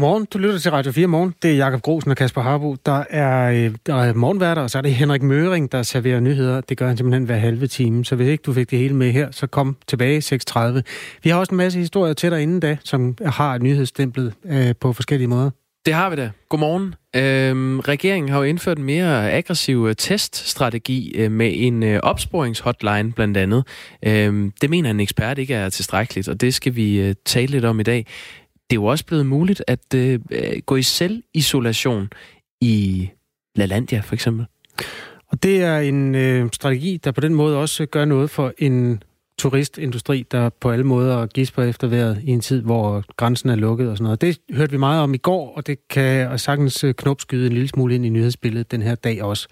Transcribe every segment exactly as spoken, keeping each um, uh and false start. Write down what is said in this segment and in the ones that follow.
Godmorgen, du lytter til Radio fire Morgen. Det er Jakob Grosen og Kasper Harbo. Der er, der er morgenværter, og så er det Henrik Møring, der serverer nyheder. Det gør han simpelthen hver halve time. Så hvis ikke du fik det hele med her, så kom tilbage seks tredive. Vi har også en masse historier til dig inden da, som har nyhedsstemplet øh, på forskellige måder. Det har vi da. Godmorgen. Øhm, regeringen har jo indført en mere aggressiv teststrategi øh, med en øh, opsporingshotline blandt andet. Øhm, det mener en ekspert ikke er tilstrækkeligt, og det skal vi øh, tale lidt om i dag. Det er jo også blevet muligt at øh, gå i selvisolation i LaLandia for eksempel. Og det er en øh, strategi, der på den måde også gør noget for en turistindustri, der på alle måder gisper efter vejret i en tid, hvor grænsen er lukket og sådan noget. Det hørte vi meget om i går, og det kan sagtens knopskyde en lille smule ind i nyhedsbilledet den her dag også.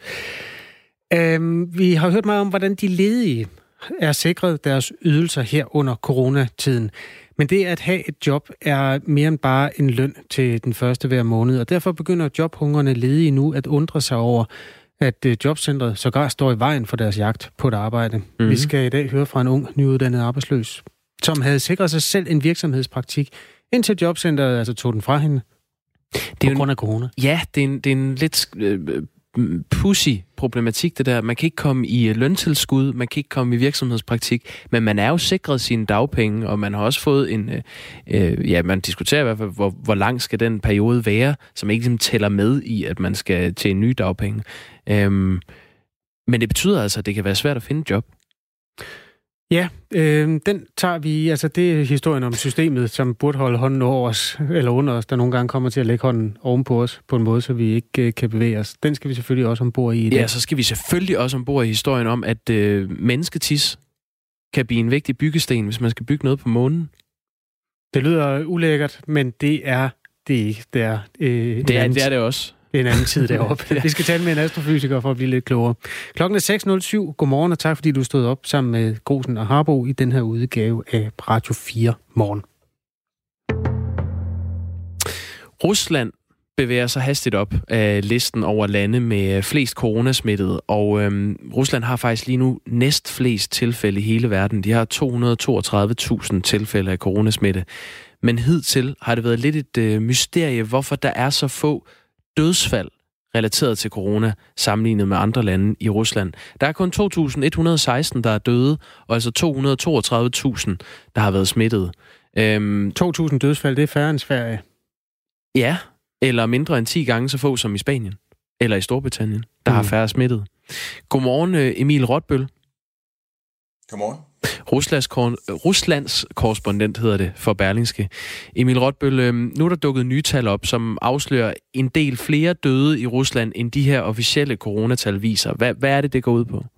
Øhm, vi har hørt meget om, hvordan de ledige er sikret deres ydelser her under coronatiden. Men det at have et job er mere end bare en løn til den første hver måned, og derfor begynder jobhungrende ledige nu at undre sig over, at jobcentret sågar står i vejen for deres jagt på et arbejde. Mm-hmm. Vi skal i dag høre fra en ung, nyuddannet arbejdsløs, som havde sikret sig selv en virksomhedspraktik, indtil jobcentret altså tog den fra hende det er på grund af corona. Ja, det er en, det er en lidt øh, pussy problematik, det der. Man kan ikke komme i løntilskud, man kan ikke komme i virksomhedspraktik, men man er jo sikret sine dagpenge, og man har også fået en... Øh, ja, man diskuterer i hvert fald, hvor, hvor lang skal den periode være, som ikke ligesom tæller med i, at man skal til en ny dagpenge. Øhm, men det betyder altså, at det kan være svært at finde et job. Ja, øh, den tager vi... Altså, det er historien om systemet, som burde holde hånden over os, eller under os, der nogle gange kommer til at lægge hånden oven på os, på en måde, så vi ikke øh, kan bevæge os. Den skal vi selvfølgelig også ombord i i dag. Ja, så skal vi selvfølgelig også ombord i historien om, at øh, mennesketis kan blive en vigtig byggesten, hvis man skal bygge noget på månen. Det lyder ulækkert, men det er det ikke. Det er, øh, det, er, det er det også. Det er en anden tid deroppe. Ja. Vi skal tale med en astrofysiker for at blive lidt klogere. Klokken er seks nul syv. Godmorgen, og tak fordi du stod op sammen med Grosen og Harbo i den her udgave af Radio fire Morgen. Rusland bevæger sig hastigt op af listen over lande med flest coronasmittede, og øhm, Rusland har faktisk lige nu næst flest tilfælde i hele verden. De har to hundrede og toogtredive tusind tilfælde af coronasmitte. Men hidtil har det været lidt et øh, mysterie, hvorfor der er så få dødsfald relateret til corona, sammenlignet med andre lande i Rusland. Der er kun to tusind et hundrede og seksten, der er døde, og altså to hundrede og toogtredive tusind, der har været smittet. Øhm, to tusind dødsfald, det er færre end Sverige. Ja, eller mindre end ti gange så få som i Spanien, eller i Storbritannien, der mm. har færre smittet. Godmorgen, Emil Rotbøl. Godmorgen. Ruslands, kor- Ruslands korrespondent hedder det for Berlingske. Emil Rotbøl, nu er der dukket nye tal op, som afslører en del flere døde i Rusland, end de her officielle coronatal viser. Hvad, hvad er det, det går ud på?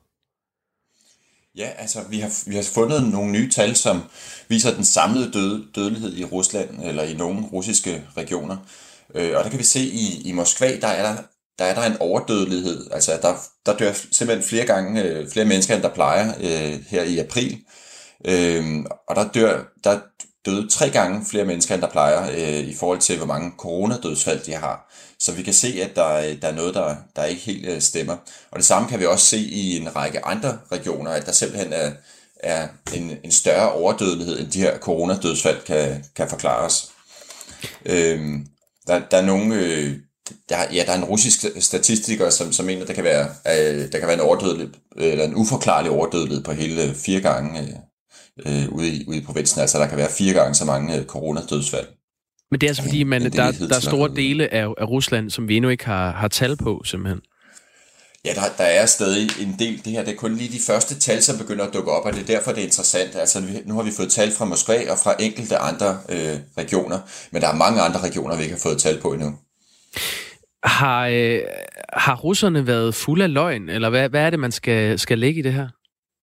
Ja, altså vi har, vi har fundet nogle nye tal, som viser den samlede døde, dødelighed i Rusland, eller i nogle russiske regioner. Øh, og der kan vi se, i, i Moskva, der er der, der er der en overdødelighed. Altså der, der dør simpelthen flere gange øh, flere mennesker, end der plejer øh, her i april. Øh, og der dør der døde tre gange flere mennesker, end der plejer, øh, i forhold til, hvor mange coronadødsfald de har. Så vi kan se, at der, der er noget, der, der ikke helt øh, stemmer. Og det samme kan vi også se i en række andre regioner, at der simpelthen er, er en, en større overdødelighed, end de her coronadødsfald kan, kan forklare os. Øh, der, der er nogle... Øh, Der, ja, der er en russisk statistiker, som, som mener, der kan være, øh, der kan være en overdødelighed, eller en uforklarlig overdødelighed på hele fire gange øh, ude, i, ude i provinsen. Altså, der kan være fire gange så mange øh, coronadødsfald. Men det er altså fordi, man, der, der er store dele af, af Rusland, som vi endnu ikke har, har tal på, simpelthen. Ja, der, der er stadig en del. Det her, det er kun lige de første tal, som begynder at dukke op, og det er derfor, det er interessant. Altså, nu har vi fået tal fra Moskva og fra enkelte andre øh, regioner, men der er mange andre regioner, vi ikke har fået tal på endnu. Har, øh, har russerne været fulde af løgn, eller hvad, hvad er det, man skal, skal lægge i det her?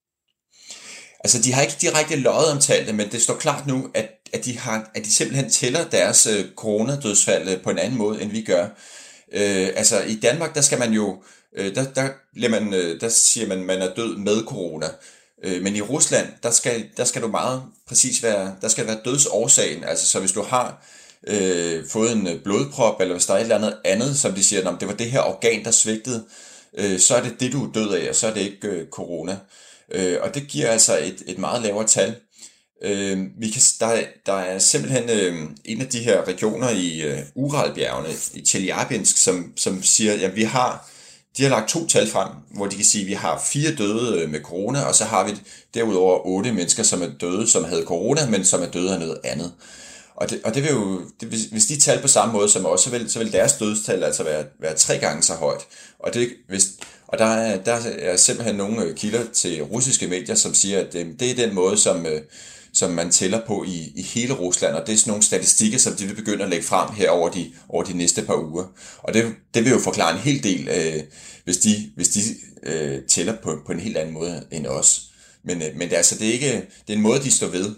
Altså, de har ikke direkte løjet om tallene, men det står klart nu, at, at, de, har, at de simpelthen tæller deres øh, coronadødsfald på en anden måde, end vi gør. Øh, altså, i Danmark, der skal man jo, øh, der, der, man, øh, der siger man, man er død med corona. Øh, men i Rusland, der skal, der skal du meget præcis være, der skal være dødsårsagen. Altså, så hvis du har Øh, fået en blodprop, eller hvis der er et eller andet andet, som de siger, det var det her organ, der svigtede, øh, så er det det, du er død af, og så er det ikke øh, corona. Øh, og det giver altså et, et meget lavere tal. Øh, vi kan, der, der er simpelthen øh, en af de her regioner i øh, Uralbjergene, i Tjeljabinsk, som, som siger, at vi har, de har lagt to tal frem, hvor de kan sige, at vi har fire døde med corona, og så har vi derudover otte mennesker, som er døde, som havde corona, men som er døde af noget andet. Og det, og det vil jo, det, hvis de tal på samme måde som os, så vil, så vil deres dødstal altså være, være tre gange så højt. Og, det, hvis, og der, er, der er simpelthen nogle kilder til russiske medier, som siger, at det, det er den måde, som, som man tæller på i, i hele Rusland, og det er sådan nogle statistikker, som de vil begynde at lægge frem her over de, over de næste par uger. Og det, det vil jo forklare en hel del, øh, hvis de, hvis de øh, tæller på, på en helt anden måde end os. Men, øh, men det, altså, det, er ikke, det er en måde, de står ved.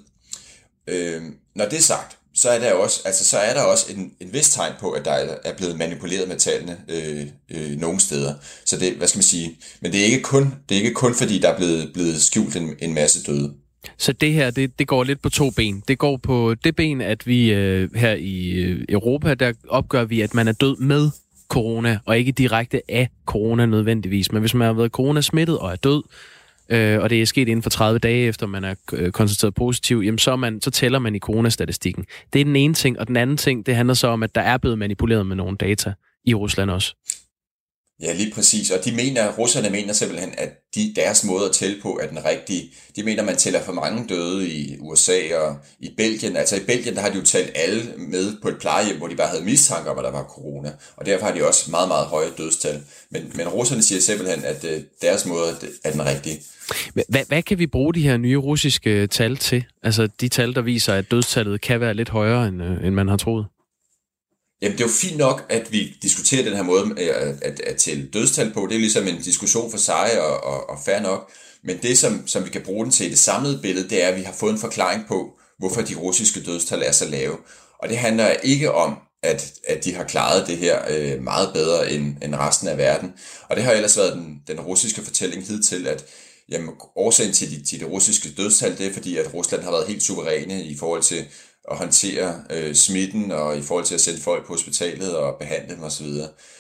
Øh, når det er sagt, så er der også, altså så er der også en, en vis tegn på, at der er blevet manipuleret med tallene øh, øh, nogle steder. Så det, hvad skal man sige, men det er ikke kun, det er ikke kun fordi der er blevet, blevet skjult en, en masse døde. Så det her, det, det går lidt på to ben. Det går på det ben, at vi øh, her i øh, Europa, der opgør vi, at man er død med corona, og ikke direkte af corona nødvendigvis. Men hvis man har været coronasmittet og er død, og det er sket inden for tredive dage efter man er konstateret positiv, jamen så, man, så tæller man i coronastatistikken. Det er den ene ting, og den anden ting, det handler så om, at der er blevet manipuleret med nogle data i Rusland også. Ja, lige præcis. Og de mener, russerne mener simpelthen, at de, deres måde at tælle på er den rigtige. De mener, man tæller for mange døde i U S A og i Belgien. Altså i Belgien, der har de jo talt alle med på et plejehjem, hvor de bare havde mistanke om, at der var corona. Og derfor har de også meget, meget høje dødstal. Men, men russerne siger simpelthen, at uh, deres måde er den rigtige. Hvad, hvad kan vi bruge de her nye russiske tal til? Altså de tal, der viser, at dødstallet kan være lidt højere, end, uh, end man har troet. Jamen, det er jo fint nok, at vi diskuterer den her måde at, at, at tælle dødstal på. Det er ligesom en diskussion for sig og, og, og fair nok. Men det, som, som vi kan bruge den til i det samlede billede, det er, at vi har fået en forklaring på, hvorfor de russiske dødstal er så lave. Og det handler ikke om, at, at de har klaret det her øh, meget bedre end, end resten af verden. Og det har ellers været den, den russiske fortælling hidtil, at jamen, årsagen til de, til de russiske dødstal, det er fordi, at Rusland har været helt suveræne i forhold til at håndtere øh, smitten og i forhold til at sende folk på hospitalet og behandle dem osv.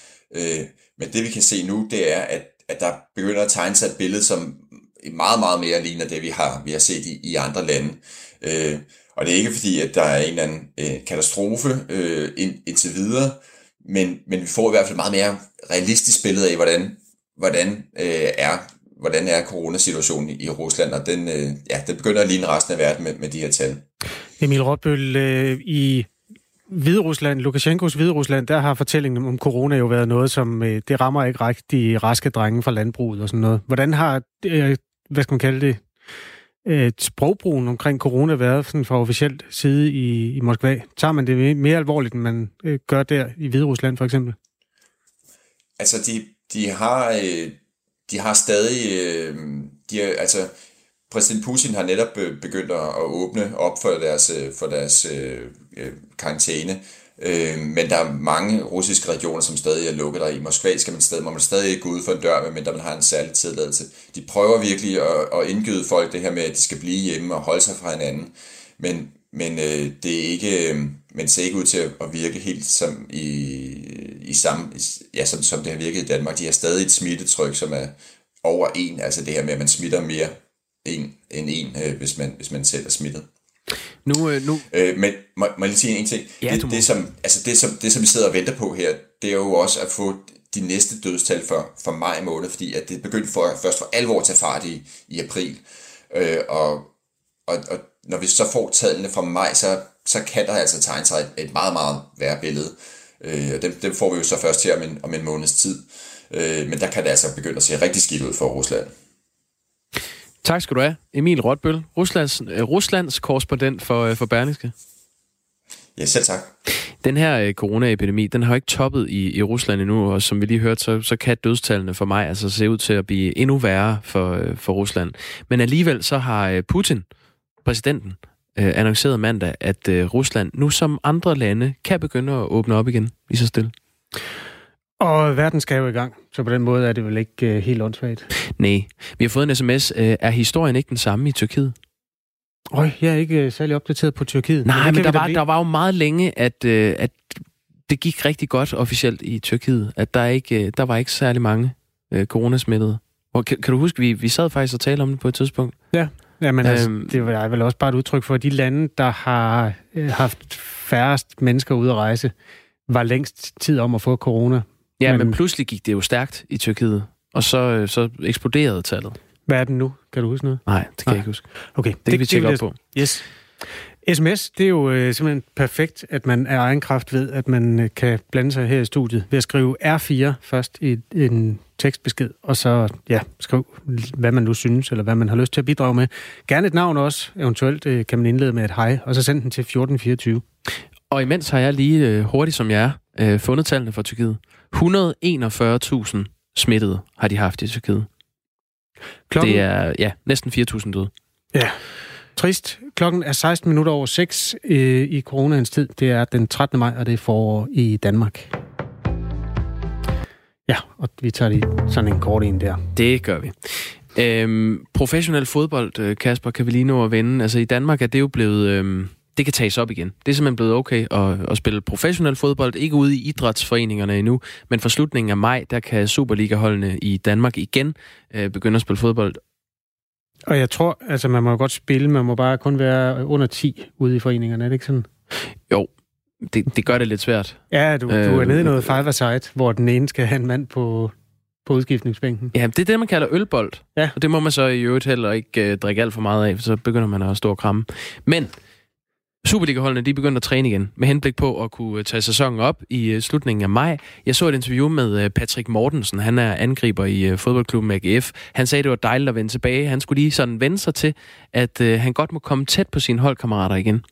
Øh, men det vi kan se nu, det er, at, at der begynder at tegne sig et billede, som meget, meget mere ligner det, vi har, vi har set i, i andre lande. Øh, og det er ikke fordi, at der er en eller anden øh, katastrofe øh, ind, indtil videre, men, men vi får i hvert fald meget mere realistisk billede af, hvordan, hvordan øh, er hvordan er coronasituationen i Rusland, og den, øh, ja, den begynder at ligne resten af verden med, med de her tal. Emil Rotbøl, øh, i Hviderusland, Lukashenkos Hviderusland, der har fortællingen om corona jo været noget, som øh, det rammer ikke rigtig raske drenge fra landbruget og sådan noget. Hvordan har, øh, hvad skal man kalde det, øh, sprogbrugen omkring corona været sådan fra officielt side i, i Moskva? Tager man det mere alvorligt, end man øh, gør der i Hviderusland for eksempel? Altså, de, de har... Øh, De har stadig, øh, de er, altså præsident Putin har netop begyndt at åbne op for deres, for deres øh, karantæne, øh, men der er mange russiske regioner, som stadig er lukket der. I Moskva skal man stadig, må man stadig ikke gå ud for en dør, medmindre man har en særlig tilladelse. De prøver virkelig at, at indgyde folk det her med, at de skal blive hjemme og holde sig fra hinanden, men, men øh, det er ikke, øh, men ser ikke ud til at virke helt som i, i samme, ja, som, som det har virket i Danmark. De har stadig et smittetryk, som er over en, altså det her med, at man smitter mere en, end en, øh, hvis, man, hvis man selv er smittet. Nu, øh, nu... Øh, men må, må jeg lige sige en ting? Ja, det, det, som, altså det, som, det, som vi sidder og venter på her, det er jo også at få de næste dødstal for, for maj måned, fordi at det begyndte for, først for alvor at tage fart i, i april. Øh, og, og, og når vi så får tallene fra maj, så, så kan der altså tegne sig et, et meget, meget værre billede. Øh, og dem, dem får vi jo så først her om en, om en måneds tid. Øh, men der kan det altså begynde at se rigtig skidt ud for Rusland. Tak skal du have, Emil Rotbøl, Ruslands, øh, Ruslands korrespondent for, øh, for Berlingske. Ja, selv tak. Den her øh, coronaepidemi, den har ikke toppet i, i Rusland endnu, og som vi lige hørte, så, så kan dødstallene for mig altså se ud til at blive endnu værre for, øh, for Rusland. Men alligevel så har øh, Putin, præsidenten, øh, annonceret mandag, at øh, Rusland nu som andre lande kan begynde at åbne op igen, lige så stille. Og verden skal jo i gang, så på den måde er det vel ikke øh, helt åndssvagt. Nej, vi har fået en sms. Øh, er historien ikke den samme i Tyrkiet? Øj, jeg er ikke øh, særlig opdateret på Tyrkiet. Nej, men, men der, var, der var jo meget længe, at, øh, at det gik rigtig godt officielt i Tyrkiet. At der ikke øh, der var ikke særlig mange øh, coronasmittede. Og kan, kan du huske, vi, vi sad faktisk og talte om det på et tidspunkt? Ja. Jamen, altså, øhm, det er vel også bare et udtryk for, at de lande, der har øh, haft færrest mennesker ude at rejse, var længst tid om at få corona. Ja, men, men pludselig gik det jo stærkt i Tyrkiet, og så, så eksploderede tallet. Hvad er den nu? Kan du huske noget? Nej, det kan Nej. jeg ikke huske. Okay. Det, det kan vi tjekke op på. Yes. Sms, det er jo øh, simpelthen perfekt, at man af egen kraft ved, at man øh, kan blande sig her i studiet ved at skrive R fire først i en tekstbesked, og så ja, skriv, hvad man nu synes, eller hvad man har lyst til at bidrage med. Gerne et navn også, eventuelt øh, kan man indlede med et hej, og så send den til fjorten fireogtyve. Og imens har jeg lige øh, hurtigt som jeg er, øh, fundet tallene fra Tyrkiet. et hundrede og enogfyrre tusind smittede har de haft i Tyrkiet. Klokken? Det er ja, næsten fire tusind døde. Ja. Trist. Klokken er seksten minutter over seks øh, i coronaens tid. Det er den trettende maj, og det er forår i Danmark. Ja, og vi tager lige sådan en kort en der. Det gør vi. Øhm, professionel fodbold, Kasper, kan vi lige nå at vende. Altså i Danmark er det jo blevet... Øhm, det kan tages op igen. Det er simpelthen blevet okay at, at spille professionel fodbold. Ikke ude i idrætsforeningerne endnu, men fra slutningen af maj, der kan Superliga-holdene i Danmark igen øh, begynde at spille fodbold. Og jeg tror, altså man må jo godt spille, man må bare kun være under ti ude i foreningerne, er det ikke sådan? Jo, det, det gør det lidt svært. Ja, du, øh, du er nede i noget five-a-side, hvor den ene skal have en mand på, på udskiftningsbænken. Ja, det er det, man kalder ølbold. Ja. Og det må man så i øvrigt heller ikke uh, drikke alt for meget af, for så begynder man at stå og kramme. Men Superliga-holdene, de er begyndt at træne igen, med henblik på at kunne tage sæsonen op i uh, slutningen af maj. Jeg så et interview med uh, Patrick Mortensen, han er angriber i uh, fodboldklubben A G F. Han sagde, det var dejligt at vende tilbage. Han skulle lige sådan vende sig til, at uh, han godt må komme tæt på sine holdkammerater igen.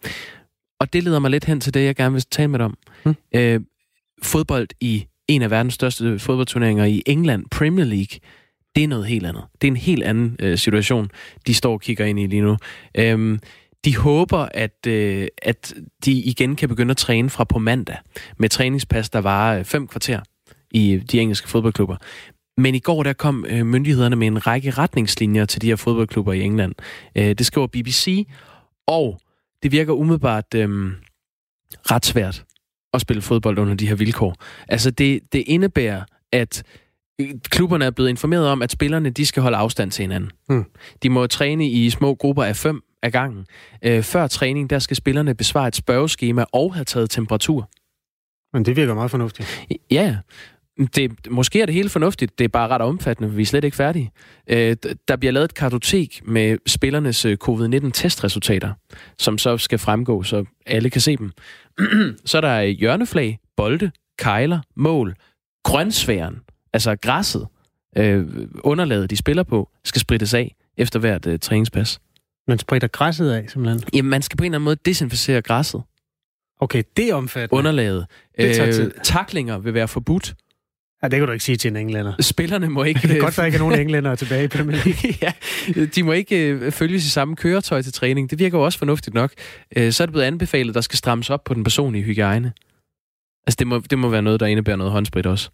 Og det leder mig lidt hen til det, jeg gerne vil tale med dig om. Hmm. Uh, fodbold i en af verdens største fodboldturneringer i England, Premier League, det er noget helt andet. Det er en helt anden uh, situation, de står og kigger ind i lige nu. Uh, De håber, at, øh, at de igen kan begynde at træne fra på mandag med træningspas, der varer fem kvarter i de engelske fodboldklubber. Men i går der kom øh, myndighederne med en række retningslinjer til de her fodboldklubber i England. Øh, det skriver B B C, og det virker umiddelbart øh, ret svært at spille fodbold under de her vilkår. Altså det, det indebærer, at klubberne er blevet informeret om, at spillerne de skal holde afstand til hinanden. Hmm. De må træne i små grupper af fem af gangen. Øh, før træning, der skal spillerne besvare et spørgeskema og have taget temperatur. Men det virker meget fornuftigt. Ja, det, måske er det helt fornuftigt. Det er bare ret omfattende. Vi er slet ikke færdige. Øh, der bliver lavet et kartotek med spillernes covid nitten testresultater, som så skal fremgå, så alle kan se dem. Så er der hjørneflag, bolde, kejler, mål, grønsværen, altså græsset, øh, underlaget de spiller på, skal sprittes af efter hvert øh, træningspas. Man spritter græsset af, simpelthen? Jamen, man skal på en eller anden måde desinficere græsset. Okay, det er omfattende. Underlaget. Øh, taklinger vil være forbudt. Ja, det kan du ikke sige til en englænder. Spillerne må ikke... Det er godt, der ikke er nogen englænder tilbage i Premier League. Ja, de må ikke øh, følges i samme køretøj til træning. Det virker jo også fornuftigt nok. Øh, så er det blevet anbefalet, at der skal strammes op på den personlige hygiejne. Altså, det må, det må være noget, der indebærer noget håndsprit også.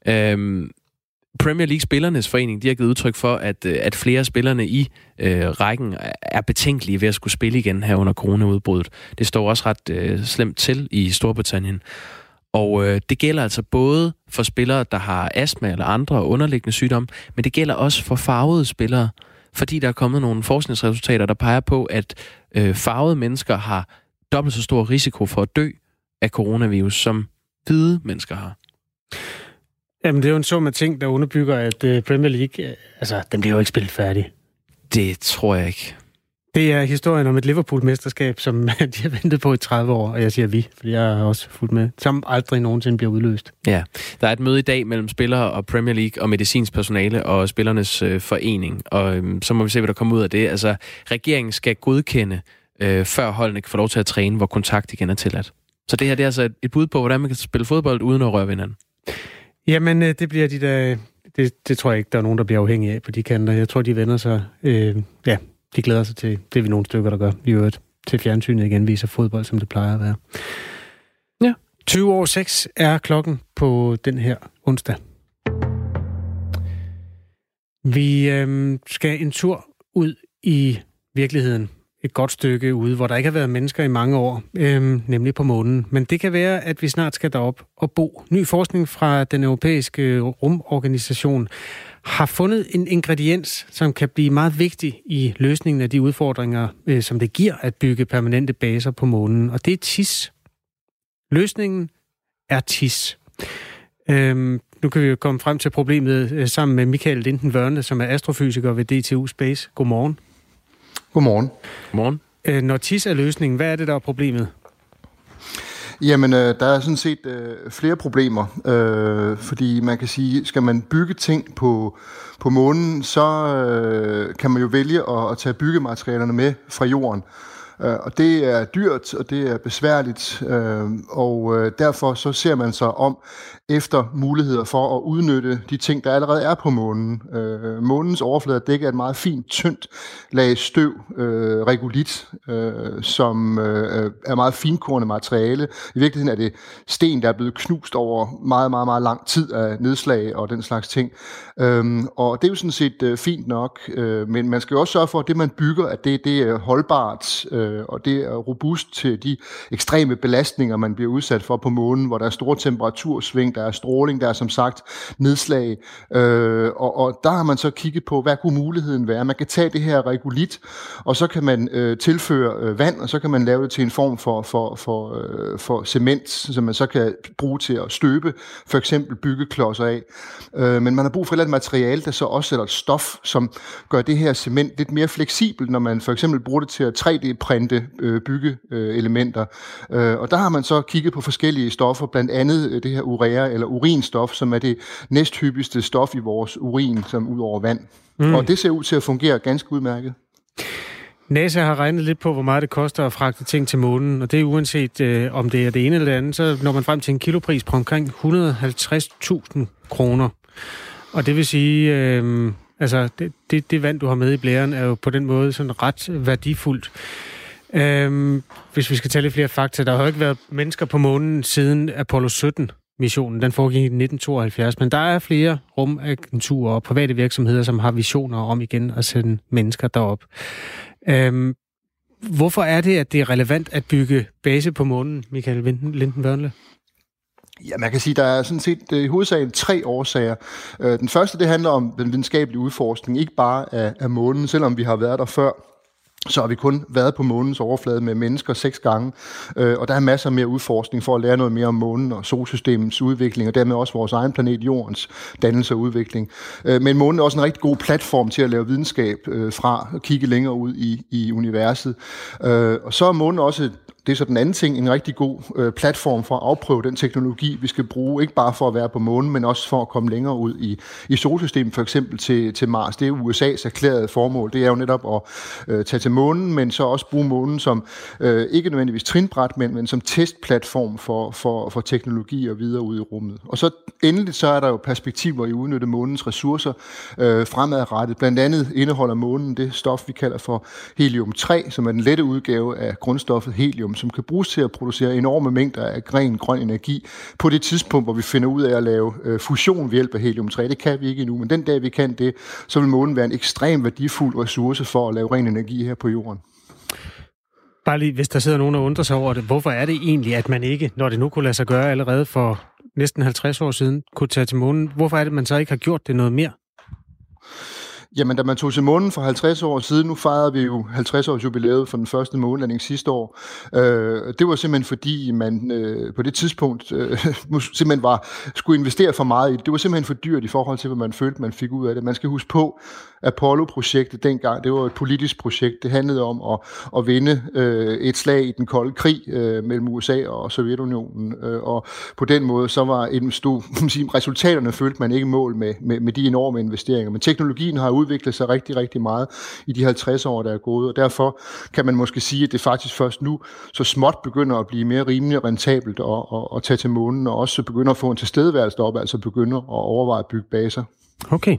Øh, Premier League-spillernes forening, de har givet udtryk for, at, at flere af spillerne i øh, rækken er betænkelige ved at skulle spille igen her under coronaudbruddet. Det står også ret øh, slemt til i Storbritannien. Og øh, det gælder altså både for spillere, der har astma eller andre underliggende sygdomme, men det gælder også for farvede spillere, fordi der er kommet nogle forskningsresultater, der peger på, at øh, farvede mennesker har dobbelt så stor risiko for at dø af coronavirus, som hvide mennesker har. Jamen, det er jo en sum af ting, der underbygger, at uh, Premier League, altså, den bliver jo ikke spillet færdig. Det tror jeg ikke. Det er historien om et Liverpool-mesterskab, som de har ventet på i tredive år, og jeg siger vi, fordi jeg har også fulgt med, som aldrig nogensinde bliver udløst. Ja, der er et møde i dag mellem spillere og Premier League og medicinsk personale og spillernes øh, forening, og øh, så må vi se, hvad der kommer ud af det. Altså, regeringen skal godkende, øh, før holdene kan få lov til at træne, hvor kontakt igen er tilladt. Så det her det er altså et, et bud på, hvordan man kan spille fodbold uden at røre ved hinanden. Jamen, det bliver de der... Det, det tror jeg ikke, der er nogen, der bliver afhængige af på de kanter. Jeg tror, de vender sig... Øh, ja, de glæder sig til... Det er vi nogle stykker, der gør. I øvrigt til fjernsynet igen viser fodbold, som det plejer at være. Ja. tyve over seks er klokken på den her onsdag. Vi øh, skal en tur ud i virkeligheden. Et godt stykke ude, hvor der ikke har været mennesker i mange år, øhm, nemlig på månen. Men det kan være, at vi snart skal derop og bo. Ny forskning fra den europæiske rumorganisation har fundet en ingrediens, som kan blive meget vigtig i løsningen af de udfordringer, øh, som det giver at bygge permanente baser på månen, og det er T I S. Løsningen er T I S. Øhm, nu kan vi jo komme frem til problemet øh, sammen med Michael Linden-Wørne, som er astrofysiker ved D T U Space. Godmorgen. Godmorgen. Godmorgen. Øh, når T I S er løsningen, hvad er det, der er problemet? Jamen, øh, der er sådan set øh, flere problemer, øh, fordi man kan sige, skal man bygge ting på, på månen, så øh, kan man jo vælge at, at tage byggematerialerne med fra jorden. Og det er dyrt, og det er besværligt, og derfor så ser man sig om efter muligheder for at udnytte de ting, der allerede er på månen. Månens overflade er dækket af et meget fint, tyndt lag støv, regolit, som er meget finkornet materiale. I virkeligheden er det sten, der er blevet knust over meget, meget, meget lang tid af nedslag og den slags ting. Og det er jo sådan set fint nok, men man skal jo også sørge for, at det, man bygger, at det, det er holdbart, og det er robust til de ekstreme belastninger, man bliver udsat for på månen, hvor der er store temperatursving, der er stråling, der er som sagt nedslag, øh, og, og der har man så kigget på, hvad kunne muligheden være. Man kan tage det her regolit, og så kan man øh, tilføre øh, vand, og så kan man lave det til en form for, for, for, øh, for cement, som man så kan bruge til at støbe, for eksempel byggeklodser af. Øh, men man har brug for et eller andet materiale, der så også er et stof, som gør det her cement lidt mere fleksibelt, når man for eksempel bruger det til at tre D-printe øh, byggeelementer. Øh, og der har man så kigget på forskellige stoffer, blandt andet øh, det her urea eller urinstof, som er det næsthyppigste stof i vores urin, som ud over vand. Mm. Og det ser ud til at fungere ganske udmærket. NASA har regnet lidt på, hvor meget det koster at fragte ting til månen, og det er uanset øh, om det er det ene eller det andet, så når man frem til en kilopris på omkring et hundrede og halvtreds tusind kroner. Og det vil sige, øh, altså det, det, det vand, du har med i blæren, er jo på den måde sådan ret værdifuldt. Øh, hvis vi skal tage lidt flere fakta, der har jo ikke været mennesker på månen siden Apollo sytten-missionen. Den foregik i nitten tooghalvfjerds, men der er flere rumagenturer og private virksomheder, som har visioner om igen at sende mennesker derop. Øh, hvorfor er det, at det er relevant at bygge base på månen, Michael Linden-Wørne? Ja, man kan sige, at der er sådan set i hovedsagen tre årsager. Den første, det handler om den videnskabelige udforskning, ikke bare af, af månen, selvom vi har været der før. Så har vi kun været på månens overflade med mennesker seks gange, øh, og der er masser mere udforskning for at lære noget mere om månen og solsystemets udvikling, og dermed også vores egen planet Jordens dannelse og udvikling. Øh, men månen er også en rigtig god platform til at lave videnskab øh, fra og kigge længere ud i, i universet. Øh, og så er månen også, det er så den anden ting, en rigtig god øh, platform for at afprøve den teknologi, vi skal bruge, ikke bare for at være på månen, men også for at komme længere ud i, i solsystemet, for eksempel til, til Mars. Det er U S A's erklærede formål. Det er jo netop at øh, tage til månen, men så også bruge månen som, øh, ikke nødvendigvis trinbræt, men, men som testplatform for, for, for teknologi og videre ud i rummet. Og så endelig så er der jo perspektiver i at udnytte månens ressourcer øh, fremadrettet. Blandt andet indeholder månen det stof, vi kalder for helium tre, som er den lette udgave af grundstoffet helium, som kan bruges til at producere enorme mængder af ren grøn energi på det tidspunkt, hvor vi finder ud af at lave øh, fusion ved hjælp af helium tre. Det kan vi ikke endnu, men den dag vi kan det, så vil månen være en ekstremt værdifuld ressource for at lave ren energi her på jorden. Bare lige, hvis der sidder nogen og undrer sig over det, hvorfor er det egentlig, at man ikke, når det nu kunne lade sig gøre allerede for næsten halvtreds år siden, kunne tage til månen, hvorfor er det, man så ikke har gjort det noget mere? Jamen, da man tog til månen for halvtreds år siden, nu fejrede vi jo halvtreds års jubilæet for den første månelanding sidste år. Øh, det var simpelthen fordi, man øh, på det tidspunkt øh, simpelthen var, skulle investere for meget i det. Det var simpelthen for dyrt i forhold til, hvad man følte, man fik ud af det. Man skal huske på, Apollo-projektet dengang, det var et politisk projekt. Det handlede om at, at vinde øh, et slag i den kolde krig øh, mellem U S A og Sovjetunionen. Øh, og på den måde, så var en stor, resultaterne følte man ikke mål med, med, med de enorme investeringer. Men teknologien har udviklet sig rigtig, rigtig meget i de halvtreds år, der er gået. Og derfor kan man måske sige, at det faktisk først nu så småt begynder at blive mere rimelig rentabelt at, at, at tage til månen, og også begynder at få en tilstedeværelse deroppe, altså begynder at overveje at bygge baser. Okay.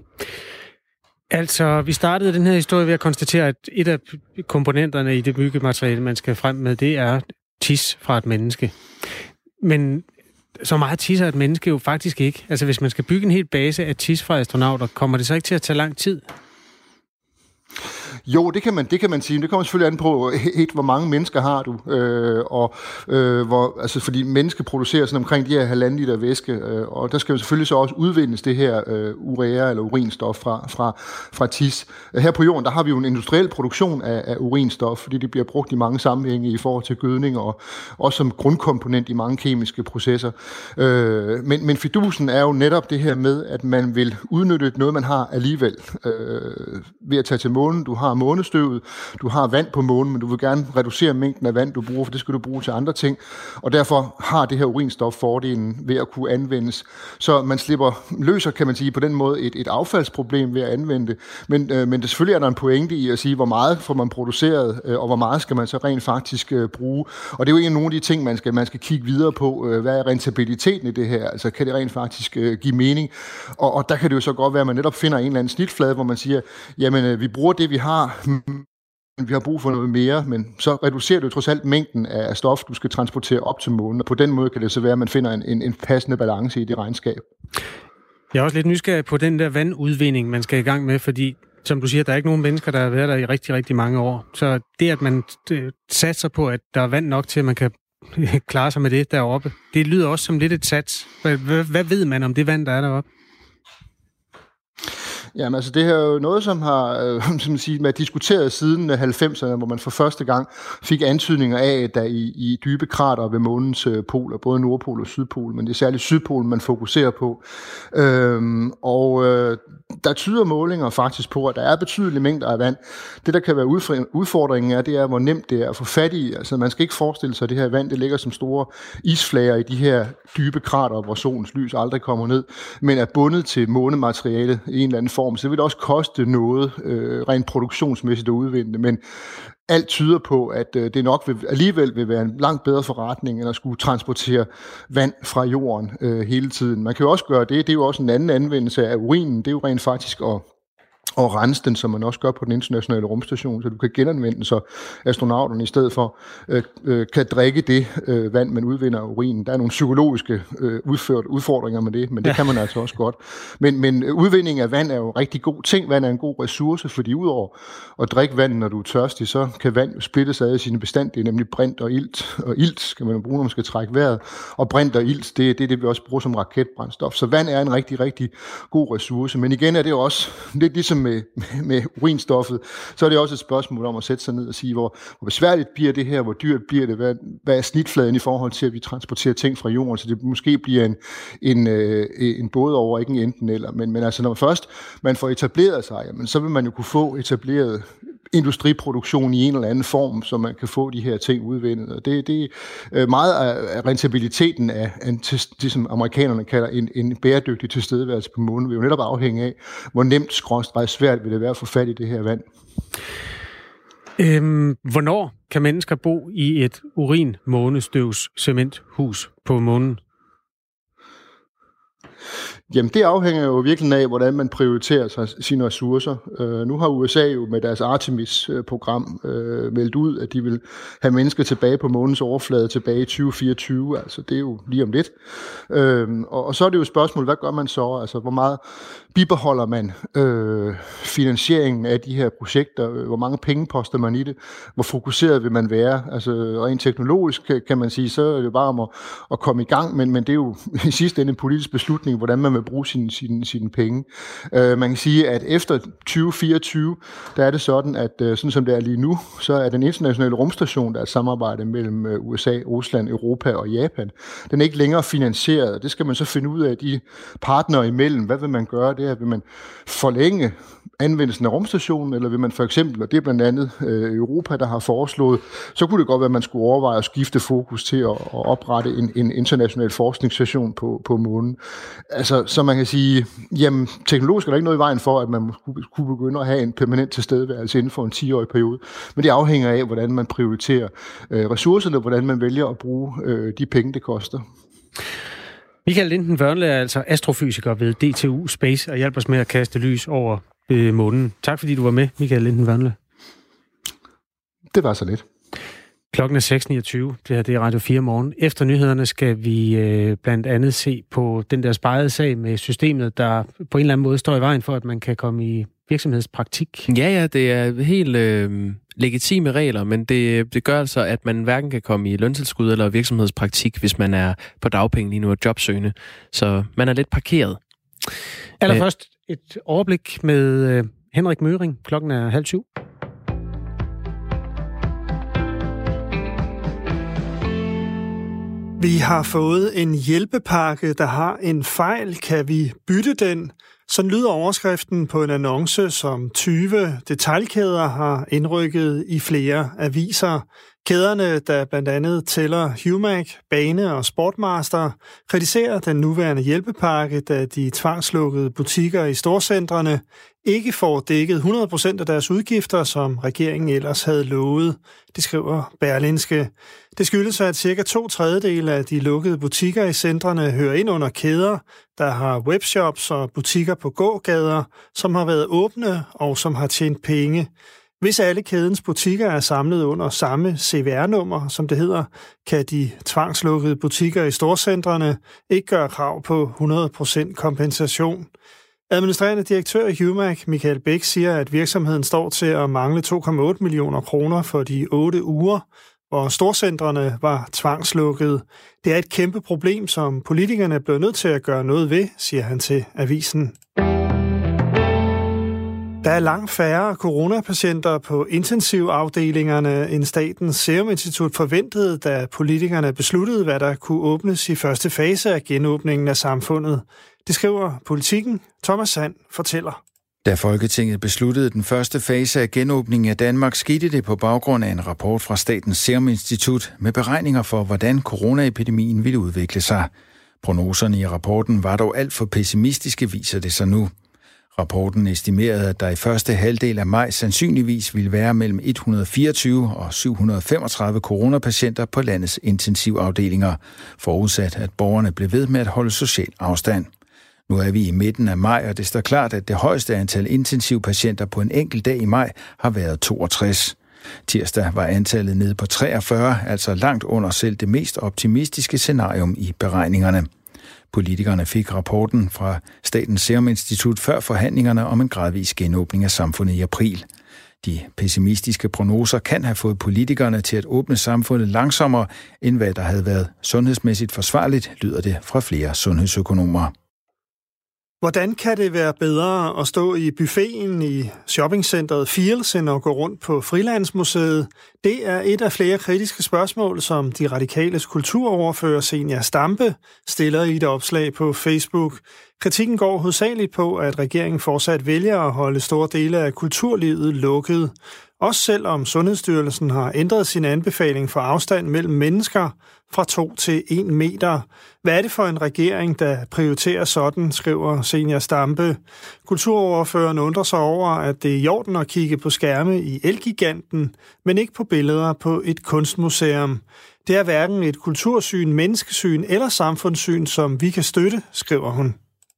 Altså, vi startede den her historie ved at konstatere, at et af komponenterne i det byggemateriale, man skal frem med, det er tis fra et menneske. Men så meget tis er et menneske jo faktisk ikke. Altså, hvis man skal bygge en hel base af tis fra astronauter, kommer det så ikke til at tage lang tid? Jo, det kan man, det kan man sige. Det kommer selvfølgelig an på, et, hvor mange mennesker har du, øh, og øh, hvor, altså, fordi mennesker producerer sådan omkring de her halvanden liter væske, øh, og der skal jo selvfølgelig så også udvindes det her øh, urea eller urinstof fra, fra, fra tis. Her på jorden, der har vi jo en industriel produktion af, af urinstof, fordi det bliver brugt i mange sammenhænge i forhold til gødning, og også som grundkomponent i mange kemiske processer. Øh, men, men fidusen er jo netop det her med, at man vil udnytte noget, man har alligevel, øh, ved at tage til månen. Du har månestøvet, du har vand på månen, men du vil gerne reducere mængden af vand, du bruger, for det skal du bruge til andre ting. Og derfor har det her urinstof fordelen ved at kunne anvendes. Så man slipper, løser, kan man sige, på den måde et, et affaldsproblem ved at anvende det. Men, øh, men det, selvfølgelig er der en pointe i at sige, hvor meget får man produceret, øh, og hvor meget skal man så rent faktisk øh, bruge. Og det er jo en af nogle af de ting, man skal, man skal kigge videre på. Øh, hvad er rentabiliteten i det her? Altså, kan det rent faktisk øh, give mening? Og, og der kan det jo så godt være, at man netop finder en eller anden snitflade, hvor man siger, jamen, øh, vi bruger det, vi har, vi har brug for noget mere, men så reducerer du trods alt mængden af stof, du skal transportere op til månen, og på den måde kan det så være, at man finder en, en, en passende balance i det regnskab. Jeg er også lidt nysgerrig på den der vandudvinding, man skal i gang med, fordi, som du siger, der er ikke nogen mennesker, der har været der i rigtig, rigtig mange år. Så det, at man satser på, at der er vand nok til, at man kan klare sig med det deroppe, det lyder også som lidt et sats. Hvad, hvad ved man om det vand, der er deroppe? Jamen altså, det her er jo noget, som har øh, som siger, man diskuteret siden halvfemserne, hvor man for første gang fik antydninger af, der i, i dybe krater ved månens øh, poler, både Nordpol og Sydpol, men det er særligt Sydpolen, man fokuserer på. Øhm, og øh, der tyder målinger faktisk på, at der er betydelige mængder af vand. Det, der kan være udfordringen er, det er, hvor nemt det er at få fat i. Altså, man skal ikke forestille sig, at det her vand, det ligger som store isflager i de her dybe krater, hvor solens lys aldrig kommer ned, men er bundet til månemateriale i en eller anden form. Så det vil også koste noget øh, rent produktionsmæssigt at udvinde det, men alt tyder på, at øh, det nok vil, alligevel vil være en langt bedre forretning, end at skulle transportere vand fra jorden øh, hele tiden. Man kan jo også gøre det, det er jo også en anden anvendelse af urinen, det er jo rent faktisk at og rense den, som man også gør på den internationale rumstation, så du kan genanvende den, så astronauterne i stedet for øh, øh, kan drikke det øh, vand, man udvinder af urinen. Der er nogle psykologiske øh, udført, udfordringer med det, men det ja. kan man altså også godt. Men, men udvinding af vand er jo en rigtig god ting. Vand er en god ressource, fordi udover at drikke vand, når du er tørstig, så kan vand jo splittes ad i sine bestanddele, nemlig brint og ilt. Og ilt skal man jo bruge, når man skal trække vejret. Og brint og ilt, det er det, det, vi også bruger som raketbrændstof. Så vand er en rigtig, rigtig god ressource. Men igen er det jo også lidt ligesom Med, med urinstoffet, så er det også et spørgsmål om at sætte sig ned og sige, hvor, hvor besværligt bliver det her, hvor dyrt bliver det, hvad, hvad er snitfladen i forhold til, at vi transporterer ting fra jorden, så det måske bliver en, en, en både over, ikke en enten eller, men, men altså når først man får etableret sig, jamen, så vil man jo kunne få etableret industriproduktion i en eller anden form, så man kan få de her ting udvindet. Og det, det er meget af rentabiliteten af, af det, som amerikanerne kalder en, en bæredygtig tilstedeværelse på månen, vil jo netop afhænge af, hvor nemt skråstreg svært vil det være at få fat i det her vand. Øhm, hvornår kan mennesker bo i et urin-månestøvs cementhus på månen? Jamen, det afhænger jo virkelig af, hvordan man prioriterer sig, sine ressourcer. Uh, nu har U S A jo med deres Artemis-program uh, meldt ud, at de vil have mennesker tilbage på månens overflade tilbage i tyve fireogtyve. Altså, det er jo lige om lidt. Uh, og, og så er det jo et spørgsmål, hvad gør man så? Altså, hvor meget bibeholder man uh, finansieringen af de her projekter? Hvor mange penge poster man i det? Hvor fokuseret vil man være? Altså, rent teknologisk kan man sige, så er det bare om at, at komme i gang, men, men det er jo i sidste ende en politisk beslutning, hvordan man vil bruge sine, sine, sine penge. Uh, man kan sige, at efter tyve fireogtyve, der er det sådan, at uh, sådan som det er lige nu, så er den internationale rumstation, der er et samarbejde mellem uh, U S A, Rusland, Europa og Japan, den er ikke længere finansieret. Det skal man så finde ud af de partnere imellem. Hvad vil man gøre der? Vil man forlænge anvendelsen af rumstationen, eller vil man for eksempel, og det er blandt andet øh, Europa, der har foreslået, så kunne det godt være, at man skulle overveje at skifte fokus til at, at oprette en, en international forskningsstation på, på månen. Altså, så man kan sige, jamen, teknologisk er der ikke noget i vejen for, at man kunne begynde at have en permanent tilstedeværelse inden for en ti-årig periode, men det afhænger af, hvordan man prioriterer øh, ressourcerne, hvordan man vælger at bruge øh, de penge, det koster. Michael Linden Wørnle er altså astrofysiker ved D T U Space og hjælper os med at kaste lys over øh, månen. Tak fordi du var med, Michael Linden Wørnle. Det var så lidt. Klokken er seks niogtyve. Det her det er Radio fire morgen. Efter nyhederne skal vi øh, blandt andet se på den der spejede sag med systemet, der på en eller anden måde står i vejen for, at man kan komme i virksomhedspraktik. Ja, ja, det er helt øh, legitime regler, men det, det gør altså, at man hverken kan komme i løntilskud eller virksomhedspraktik, hvis man er på dagpenge lige nu og jobsøgende. Så man er lidt parkeret. Allerførst et overblik med øh, Henrik Møring. Klokken er halv syv. Vi har fået en hjælpepakke, der har en fejl. Kan vi bytte den? Sådan lyder overskriften på en annonce, som tyve detailkæder har indrykket i flere aviser. Kæderne, der blandt andet tæller Humac, Bane og Sportmaster, kritiserer den nuværende hjælpepakke, da de tvangslukkede butikker i storcentrene ikke får dækket hundrede procent af deres udgifter, som regeringen ellers havde lovet. Det skriver Berlingske. Det skyldes, at cirka to tredjedele af de lukkede butikker i centrene hører ind under kæder, der har webshops og butikker på gågader, som har været åbne og som har tjent penge. Hvis alle kædens butikker er samlet under samme C V R-nummer, som det hedder, kan de tvangslukkede butikker i storcentrene ikke gøre krav på hundrede procent kompensation. Administrerende direktør i Humac, Michael Bæk, siger, at virksomheden står til at mangle to komma otte millioner kroner for de otte uger, hvor storcentrene var tvangslukket. Det er et kæmpe problem, som politikerne blev nødt til at gøre noget ved, siger han til avisen. Der er langt færre coronapatienter på intensivafdelingerne, end Statens Serum Institut forventede, da politikerne besluttede, hvad der kunne åbnes i første fase af genåbningen af samfundet. Det skriver Politikken. Thomas Sand fortæller. Da Folketinget besluttede den første fase af genåbningen af Danmark, skete det på baggrund af en rapport fra Statens Serum Institut med beregninger for, hvordan coronaepidemien ville udvikle sig. Prognoserne i rapporten var dog alt for pessimistiske, viser det sig nu. Rapporten estimerede, at der i første halvdel af maj sandsynligvis ville være mellem et hundrede og fireogtyve og syv hundrede og femogtredive coronapatienter på landets intensivafdelinger, forudsat at borgerne blev ved med at holde social afstand. Nu er vi i midten af maj, og det står klart, at det højeste antal intensivpatienter på en enkelt dag i maj har været toogtres. Tirsdag var antallet nede på treogfyrre, altså langt under selv det mest optimistiske scenarium i beregningerne. Politikerne fik rapporten fra Statens Serum Institut før forhandlingerne om en gradvis genåbning af samfundet i april. De pessimistiske prognoser kan have fået politikerne til at åbne samfundet langsommere, end hvad der havde været sundhedsmæssigt forsvarligt, lyder det fra flere sundhedsøkonomer. Hvordan kan det være bedre at stå i buffeten i shoppingcenteret Fields end at gå rundt på Frilandsmuseet? Det er et af flere kritiske spørgsmål, som de radikales kulturoverfører Zenia Stampe stiller i et opslag på Facebook. Kritikken går hovedsageligt på, at regeringen fortsat vælger at holde store dele af kulturlivet lukket. Også selvom Sundhedsstyrelsen har ændret sin anbefaling for afstand mellem mennesker fra to til en meter. Hvad er det for en regering, der prioriterer sådan, skriver Zenia Stampe. Kulturoverføreren undrer sig over, at det er i orden at kigge på skærme i Elgiganten, men ikke på billeder på et kunstmuseum. Det er hverken et kultursyn, menneskesyn eller samfundssyn, som vi kan støtte, skriver hun.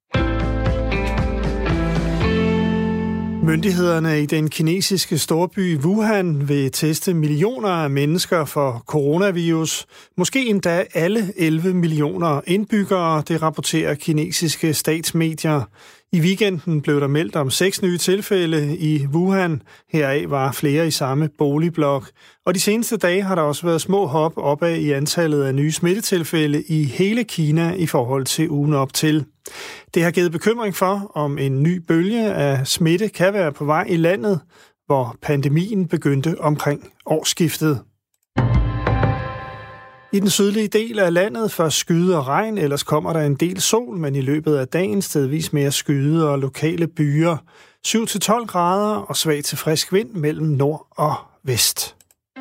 Myndighederne i den kinesiske storby Wuhan vil teste millioner af mennesker for coronavirus. Måske endda alle elleve millioner indbyggere, det rapporterer kinesiske statsmedier. I weekenden blev der meldt om seks nye tilfælde i Wuhan. Heraf var flere i samme boligblok. Og de seneste dage har der også været små hop opad i antallet af nye smittetilfælde i hele Kina i forhold til ugen op til. Det har givet bekymring for, om en ny bølge af smitte kan være på vej i landet, hvor pandemien begyndte omkring årsskiftet. I den sydlige del af landet først skyde og regn, ellers kommer der en del sol, men i løbet af dagen stedvis mere skyde og lokale byer. syv til tolv grader og svag til frisk vind mellem nord og vest.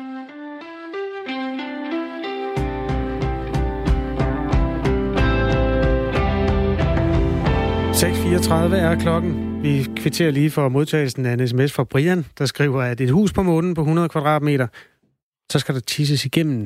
seks fireogtredive er klokken. Vi kvitterer lige for modtagelsen af en sms fra Brian, der skriver, at et hus på månen på hundrede kvadratmeter, så skal der tisses igennem.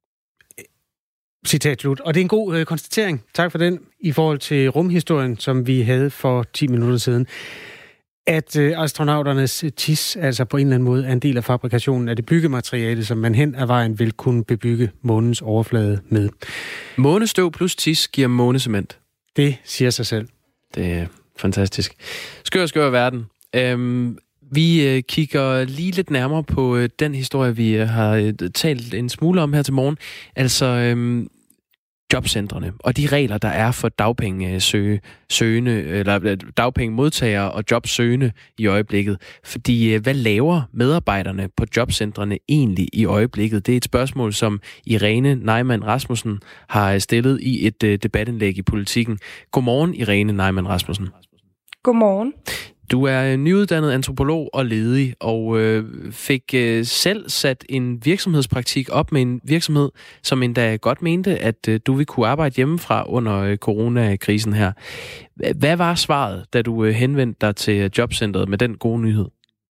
Citat slut. Og det er en god øh, konstatering. Tak for den i forhold til rumhistorien, som vi havde for ti minutter siden. at øh, astronauternes tis, altså på en eller anden måde, er en del af fabrikationen af det byggemateriale, som man hen ad vejen vil kunne bebygge månens overflade med. Månestøv plus tis giver månecement. Det siger sig selv. Det er fantastisk. Skør, skør verden. Øhm, vi øh, kigger lige lidt nærmere på øh, den historie, vi øh, har øh, talt en smule om her til morgen. Altså øh, jobcentrene og de regler, der er for dagpengesøge, søgende, eller dagpengemodtagere og jobsøgende i øjeblikket. Fordi øh, hvad laver medarbejderne på jobcentrene egentlig i øjeblikket? Det er et spørgsmål, som Irene Neumann Rasmussen har stillet i et øh, debatindlæg i Politikken. Godmorgen, Irene Neumann Rasmussen. Godmorgen. Du er nyuddannet antropolog og ledig, og øh, fik øh, selv sat en virksomhedspraktik op med en virksomhed, som endda godt mente, at øh, du ville kunne arbejde hjemmefra under øh, coronakrisen her. Hvad var svaret, da du øh, henvendte dig til jobcentret med den gode nyhed?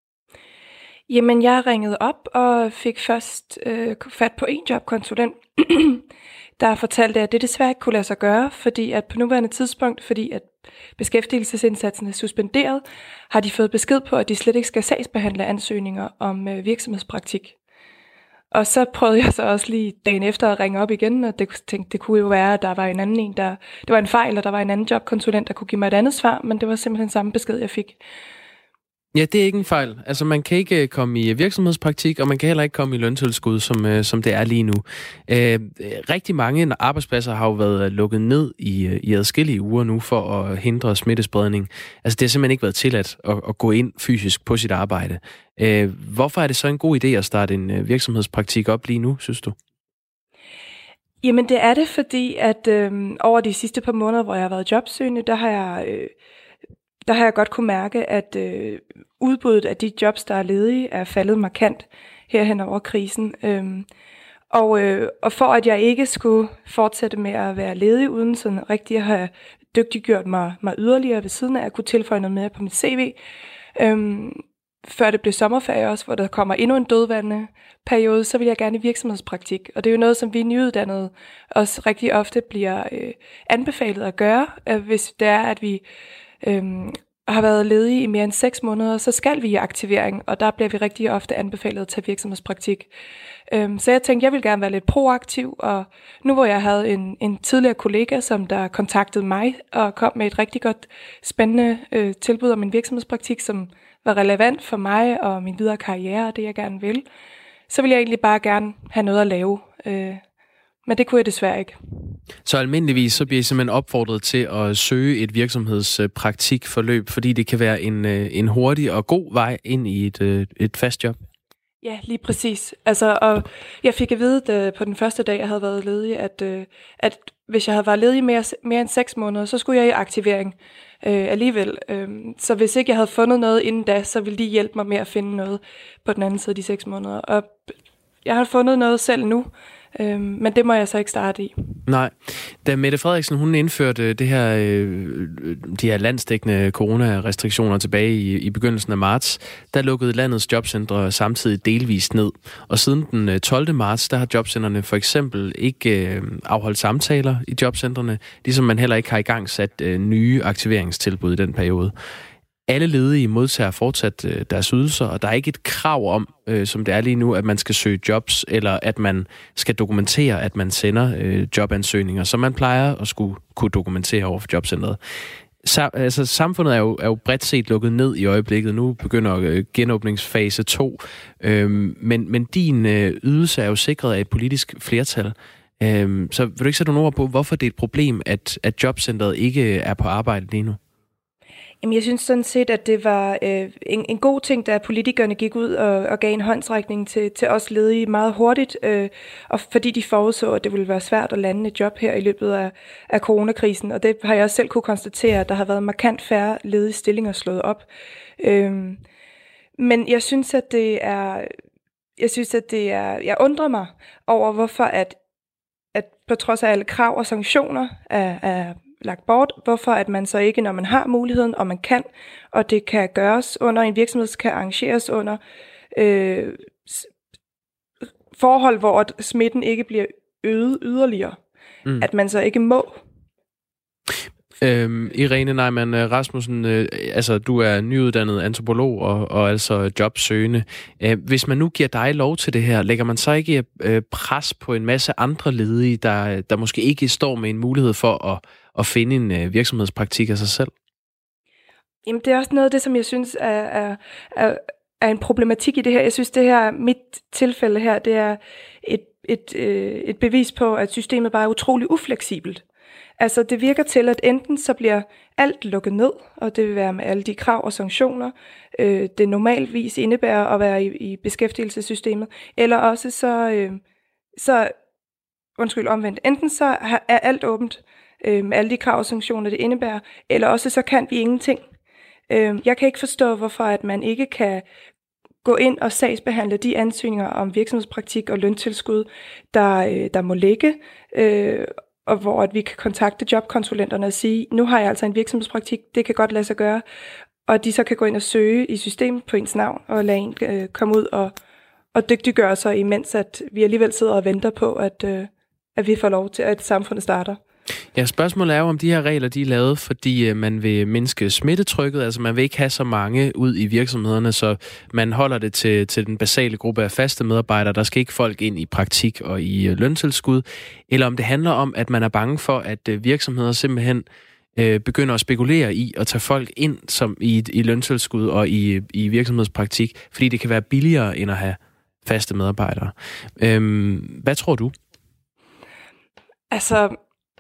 Jamen, jeg ringede op og fik først øh, fat på en jobkonsulent, der fortalte, at det desværre ikke kunne lade sig gøre, fordi at på nuværende tidspunkt, fordi at beskæftigelsesindsatsen er suspenderet, har de fået besked på, at de slet ikke skal sagsbehandle ansøgninger om øh, virksomhedspraktik. Og så prøvede jeg så også lige dagen efter at ringe op igen, og det, tænkte, det kunne jo være, at der var en anden en, der... Det var en fejl, og der var en anden jobkonsulent, der kunne give mig et andet svar, men det var simpelthen samme besked, jeg fik. Ja, det er ikke en fejl. Altså, man kan ikke komme i virksomhedspraktik, og man kan heller ikke komme i løntilskud, som, som det er lige nu. Øh, rigtig mange arbejdspladser har jo været lukket ned i, i adskillige uger nu for at hindre smittespredning. Altså, det har simpelthen ikke været tilladt at, at gå ind fysisk på sit arbejde. Øh, hvorfor er det så en god idé at starte en virksomhedspraktik op lige nu, synes du? Jamen, det er det, fordi at øh, over de sidste par måneder, hvor jeg har været jobsøgende, der har jeg... Øh, Der har jeg godt kunne mærke, at øh, udbuddet af de jobs, der er ledige, er faldet markant herhen over krisen. Øhm, og, øh, og for at jeg ikke skulle fortsætte med at være ledig, uden sådan rigtig at have dygtiggjort mig, mig yderligere ved siden af, at kunne tilføje noget mere på mit C V, øhm, før det blev sommerferie også, hvor der kommer endnu en dødvandende periode, så vil jeg gerne i virksomhedspraktik. Og det er jo noget, som vi nyuddannede også rigtig ofte bliver øh, anbefalet at gøre, øh, hvis det er, at vi Øhm, har været ledige i mere end seks måneder, så skal vi i aktivering, og der bliver vi rigtig ofte anbefalet at tage virksomhedspraktik. Øhm, så jeg tænkte, jeg ville gerne være lidt proaktiv, og nu hvor jeg havde en, en tidligere kollega, som der kontaktede mig og kom med et rigtig godt spændende øh, tilbud om en virksomhedspraktik, som var relevant for mig og min videre karriere og det, jeg gerne vil, så ville jeg egentlig bare gerne have noget at lave. Øh, men det kunne jeg desværre ikke. Så almindeligvis så bliver I simpelthen opfordret til at søge et virksomhedspraktikforløb, fordi det kan være en, en hurtig og god vej ind i et, et fast job? Ja, lige præcis. Altså, og jeg fik at vide at på den første dag, jeg havde været ledig, at, at hvis jeg havde været ledig mere, mere end seks måneder, så skulle jeg i aktivering øh, alligevel. Så hvis ikke jeg havde fundet noget inden da, så ville de hjælpe mig med at finde noget på den anden side af de seks måneder. Og jeg har fundet noget selv nu, Øhm, men det må jeg så ikke starte i. Nej. Da Mette Frederiksen hun indførte det her, øh, de her landsdækkende coronarestriktioner tilbage i, i begyndelsen af marts, der lukkede landets jobcentre samtidig delvist ned. Og siden den tolvte marts, der har jobcentrene for eksempel ikke øh, afholdt samtaler i jobcentrene, ligesom man heller ikke har i gang sat øh, nye aktiveringstilbud i den periode. Alle ledige modtager fortsat øh, deres ydelser, og der er ikke et krav om, øh, som det er lige nu, at man skal søge jobs, eller at man skal dokumentere, at man sender øh, jobansøgninger, som man plejer at skulle kunne dokumentere over for jobcentret. Så, altså, samfundet er jo, er jo bredt set lukket ned i øjeblikket. Nu begynder øh, genåbningsfase to, øh, men, men din øh, ydelse er jo sikret af et politisk flertal. Øh, så vil du ikke sætte nogle ord på, hvorfor det er et problem, at, at jobcentret ikke er på arbejde lige nu? Jamen, jeg synes sådan set, at det var øh, en, en god ting, da politikerne gik ud og, og gav en håndsrækning til, til os ledige meget hurtigt, øh, og fordi de forudså, at det ville være svært at lande et job her i løbet af, af coronakrisen, og det har jeg også selv kunne konstatere, at der har været markant færre ledige stillinger slået op. Øh, men jeg synes, at det er, jeg synes, at det er, jeg undrer mig over, hvorfor at, at på trods af alle krav og sanktioner er, er lagt bort, hvorfor at man så ikke, når man har muligheden, og man kan, og det kan gøres under, en virksomhed kan arrangeres under øh, forhold, hvor smitten ikke bliver øget yderligere, mm. at man så ikke må. Øhm, Irene Neumann Rasmussen, øh, altså du er nyuddannet antropolog og, og altså jobsøgende. Øh, hvis man nu giver dig lov til det her, lægger man så ikke øh, pres på en masse andre ledige, der, der måske ikke står med en mulighed for at, at finde en øh, virksomhedspraktik af sig selv? Jamen, det er også noget af det, som jeg synes er, er, er, er en problematik i det her. Jeg synes, det her, mit tilfælde her, det er et, et, øh, et bevis på, at systemet bare er utrolig ufleksibelt. Altså, det virker til, at enten så bliver alt lukket ned, og det vil være med alle de krav og sanktioner, øh, det normalvis indebærer at være i, i beskæftigelsessystemet, eller også så, øh, så undskyld, omvendt, enten så er alt åbent øh, med alle de krav og sanktioner, det indebærer, eller også så kan vi ingenting. Øh, jeg kan ikke forstå, hvorfor at man ikke kan gå ind og sagsbehandle de ansøgninger om virksomhedspraktik og løntilskud, der, øh, der må ligge, øh, og hvor at vi kan kontakte jobkonsulenterne og sige, nu har jeg altså en virksomhedspraktik, det kan godt lade sig gøre, og de så kan gå ind og søge i systemet på ens navn, og lade en øh, komme ud og, og dygtiggøre sig, imens at vi alligevel sidder og venter på, at, øh, at vi får lov til, at samfundet starter. Ja, spørgsmålet er jo, om de her regler, de er lavet, fordi man vil mindske smittetrykket, altså man vil ikke have så mange ud i virksomhederne, så man holder det til, til den basale gruppe af faste medarbejdere. Der skal ikke folk ind i praktik og i løntilskud, eller om det handler om, at man er bange for, at virksomheder simpelthen øh, begynder at spekulere i at tage folk ind som i, i løntilskud og i, i virksomhedspraktik, fordi det kan være billigere end at have faste medarbejdere. Øhm, hvad tror du? Altså...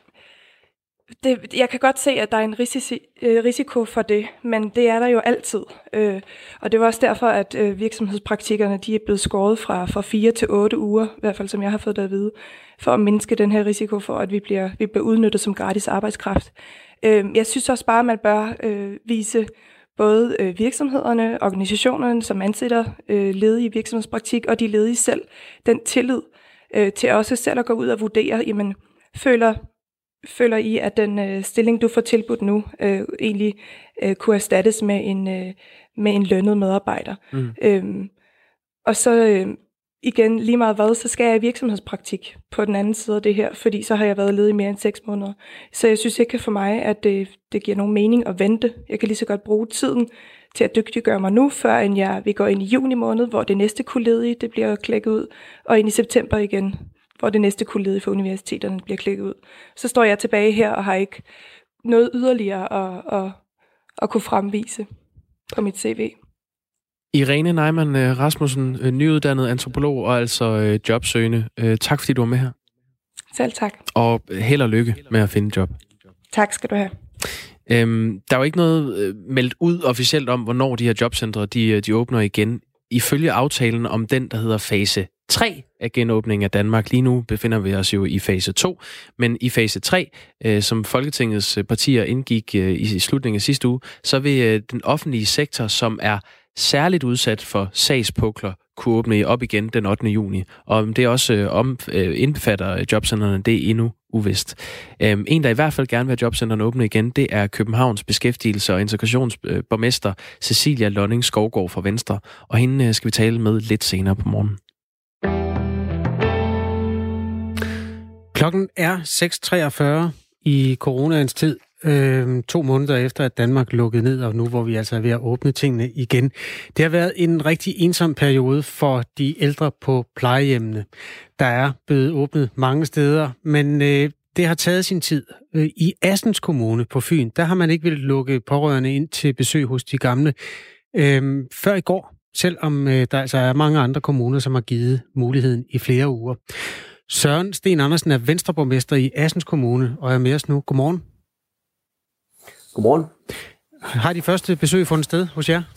Det, jeg kan godt se, at der er en risici, øh, risiko for det, men det er der jo altid. Øh, og det var også derfor, at øh, virksomhedspraktikkerne de er blevet skåret fra, fra fire til otte uger, i hvert fald som jeg har fået det at vide, for at mindske den her risiko for, at vi bliver, vi bliver udnyttet som gratis arbejdskraft. Øh, jeg synes også bare, at man bør øh, vise både øh, virksomhederne, organisationerne, som ansætter øh, ledige virksomhedspraktik, og de ledige selv, den tillid øh, til også selv at gå ud og vurdere, jamen, føler Føler I, at den øh, stilling, du får tilbudt nu, øh, egentlig øh, kunne erstattes med en, øh, med en lønnet medarbejder? Mm. Øhm, og så øh, igen, lige meget hvad, så skal jeg i virksomhedspraktik på den anden side af det her, fordi så har jeg været ledig i mere end seks måneder. Så jeg synes ikke for mig, at det, det giver nogen mening at vente. Jeg kan lige så godt bruge tiden til at dygtiggøre mig nu, før end jeg, vi går ind i juni måned, hvor det næste kunne ledige, det bliver klækket ud, og ind i september igen, hvor det næste kunne lede for universiteterne bliver klikket ud. Så står jeg tilbage her og har ikke noget yderligere at, at, at kunne fremvise på mit C V. Irene Neumann Rasmussen, nyuddannet antropolog og altså jobsøgende. Tak fordi du var med her. Selv tak. Og held og lykke med at finde job. Tak skal du have. Øhm, der er jo ikke noget meldt ud officielt om, hvornår de her jobcentre de, de åbner igen. Ifølge aftalen om den, der hedder fase tre af genåbningen af Danmark. Lige nu befinder vi os jo i fase to, men i fase tre, øh, som Folketingets partier indgik øh, i slutningen af sidste uge, så vil øh, den offentlige sektor, som er særligt udsat for sagspukler, kunne åbne op igen den ottende juni. Og om det også øh, om, øh, indbefatter jobcentrene, det er endnu uvist. Øh, en, der i hvert fald gerne vil have jobcentrene åbne igen, det er Københavns beskæftigelse- og integrationsborgmester Cecilia Lonning Skovgaard fra Venstre. Og hende øh, skal vi tale med lidt senere på morgenen. Klokken er seks treogfyrre i coronaens tid, øh, to måneder efter, at Danmark lukkede ned, og nu hvor vi altså er ved at åbne tingene igen. Det har været en rigtig ensom periode for de ældre på plejehjemmene. Der er blevet åbnet mange steder, men øh, det har taget sin tid. I Assens Kommune på Fyn, der har man ikke villet lukke pårørende ind til besøg hos de gamle øh, før i går, selvom øh, der altså er mange andre kommuner, som har givet muligheden i flere uger. Søren Sten Andersen er venstreborgmester i Assens Kommune og er med os nu. Godmorgen. Godmorgen. Har de første besøg fundet sted hos jer?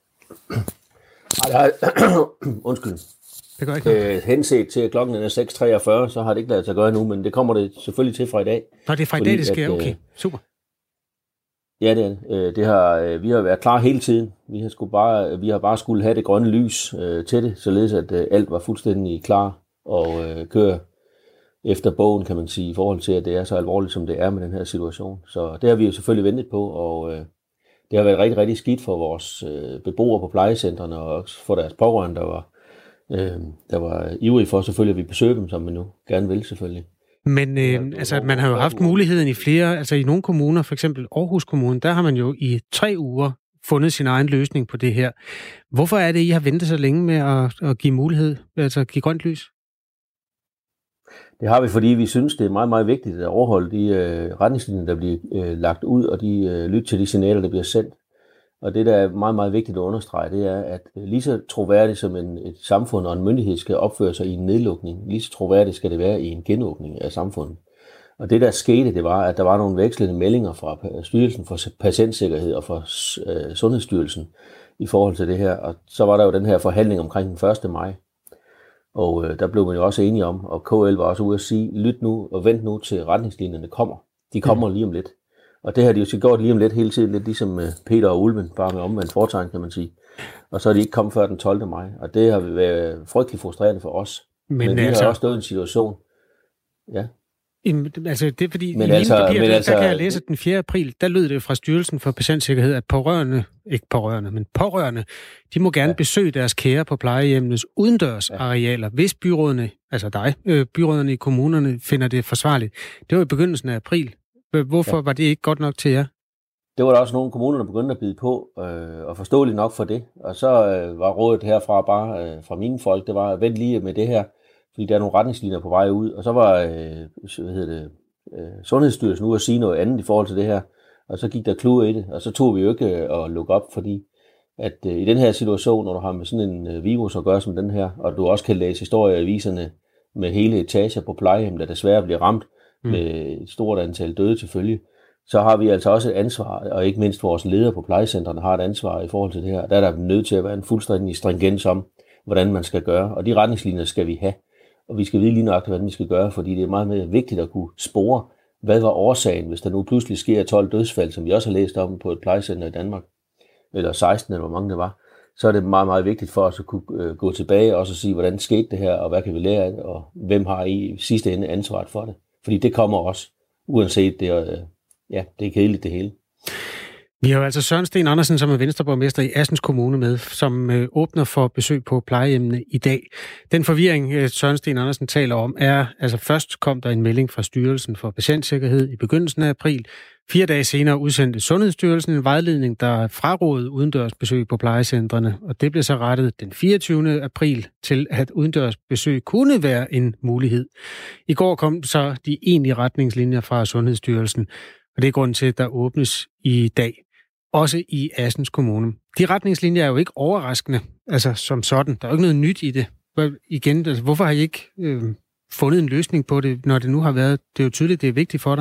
Nej, har... Undskyld. Det gør ikke øh, henset til, at klokken er seks treogfyrre, så har det ikke ladet sig gøre nu, men det kommer det selvfølgelig til fra i dag. Nå, det er fra i dag, det sker. At, okay, super. Ja, det er det. det har, vi har været klar hele tiden. Vi har, skulle bare, vi har bare skulle have det grønne lys øh, til det, således at øh, alt var fuldstændig klar og øh, køre efter bogen, kan man sige, i forhold til, at det er så alvorligt, som det er med den her situation. Så det har vi jo selvfølgelig ventet på, og øh, det har været rigtig, rigtig skidt for vores øh, beboere på plejecentrene, og også for deres pårørende, der var, øh, der var ivrige for selvfølgelig, at vi besøger dem, som man nu gerne vil selvfølgelig. Men øh, altså, man har jo haft muligheden i flere, altså i nogle kommuner, for eksempel Aarhus Kommune, der har man jo i tre uger fundet sin egen løsning på det her. Hvorfor er det, I har ventet så længe med at, at give mulighed, altså give grønt lys? Det har vi, fordi vi synes, det er meget, meget vigtigt at overholde de øh, retningslinjer, der bliver øh, lagt ud, og de øh, lytte til de signaler, der bliver sendt. Og det, der er meget, meget vigtigt at understrege, det er, at lige så troværdigt som en, et samfund og en myndighed skal opføre sig i en nedlukning, lige så troværdigt skal det være i en genåbning af samfundet. Og det, der skete, det var, at der var nogle vekslende meldinger fra Styrelsen for Patientsikkerhed og fra øh, Sundhedsstyrelsen i forhold til det her. Og så var der jo den her forhandling omkring den første maj. Og øh, der blev man jo også enige om, og K L var også ude at sige, lyt nu og vent nu til retningslinjerne kommer. De kommer lige om lidt. Og det har de jo så gjort lige om lidt hele tiden, lidt ligesom Peter og Ulven, bare med omvendt foretegn, kan man sige. Og så er de ikke kommet før den tolvte maj, og det har været frygtelig frustrerende for os. Men, Men vi altså, har også stået i en situation. Ja. Altså, det er fordi, men i altså, mine papirer, men der, altså, der kan jeg læse, at den fjerde april, der lød det fra Styrelsen for Patientsikkerhed, at pårørende, ikke pårørende, men pårørende, de må gerne ja. besøge deres kære på plejehjemmenes udendørsarealer, ja. hvis byrådene, altså dig, øh, byrådene i kommunerne finder det forsvarligt. Det var i begyndelsen af april. Hvorfor ja. var det ikke godt nok til jer? Det var der også nogle kommuner, der begyndte at bide på, øh, og forståeligt nok for det. Og så øh, var rådet herfra bare øh, fra mine folk, det var, vent lige med det her, fordi der er nogle retningslinjer på vej ud. Og så var øh, hvad hedder det, øh, Sundhedsstyrelsen ude at sige noget andet i forhold til det her, og så gik der klue i det, og så tog vi jo ikke øh, at lukke op, fordi at øh, i den her situation, når du har med sådan en øh, virus at gøre som den her, og du også kan læse historier i aviserne med hele etager på plejehjem, der desværre bliver ramt, Mm. med et stort antal døde til følge, så har vi altså også et ansvar, og ikke mindst vores ledere på plejecentrene har et ansvar i forhold til det her. Der er der nødt til at være en fuldstændig stringens om, hvordan man skal gøre, og de retningslinjer skal vi have, og vi skal vide lige nøjagtigt, hvordan vi skal gøre, fordi det er meget mere vigtigt at kunne spore, hvad var årsagen, hvis der nu pludselig sker tolv dødsfald, som vi også har læst om på et plejecenter i Danmark, eller seksten, eller hvor mange det var, så er det meget, meget vigtigt for os at kunne øh, gå tilbage og også sige, hvordan skete det her, og hvad kan vi lære af det, og hvem har i sidste ende ansvaret for det. Fordi det kommer også, uanset det, øh, ja, det er kedeligt det hele. Vi har jo altså Søren Sten Andersen, som er venstreborgmester i Assens Kommune med, som øh, åbner for besøg på plejehjemmene i dag. Den forvirring, øh, Søren Sten Andersen taler om, er, altså først kom der en melding fra Styrelsen for Patientsikkerhed i begyndelsen af april. Fire dage senere udsendte Sundhedsstyrelsen en vejledning, der frarådede udendørsbesøg på plejecentrene, og det blev så rettet den fireogtyvende april til, at udendørsbesøg kunne være en mulighed. I går kom så de egentlige retningslinjer fra Sundhedsstyrelsen, og det er grunden til, at der åbnes i dag. Også i Assens Kommune. De retningslinjer er jo ikke overraskende, altså som sådan. Der er jo ikke noget nyt i det. Igen, altså, hvorfor har I ikke øh, fundet en løsning på det, når det nu har været? Det er jo tydeligt, det er vigtigt for dig.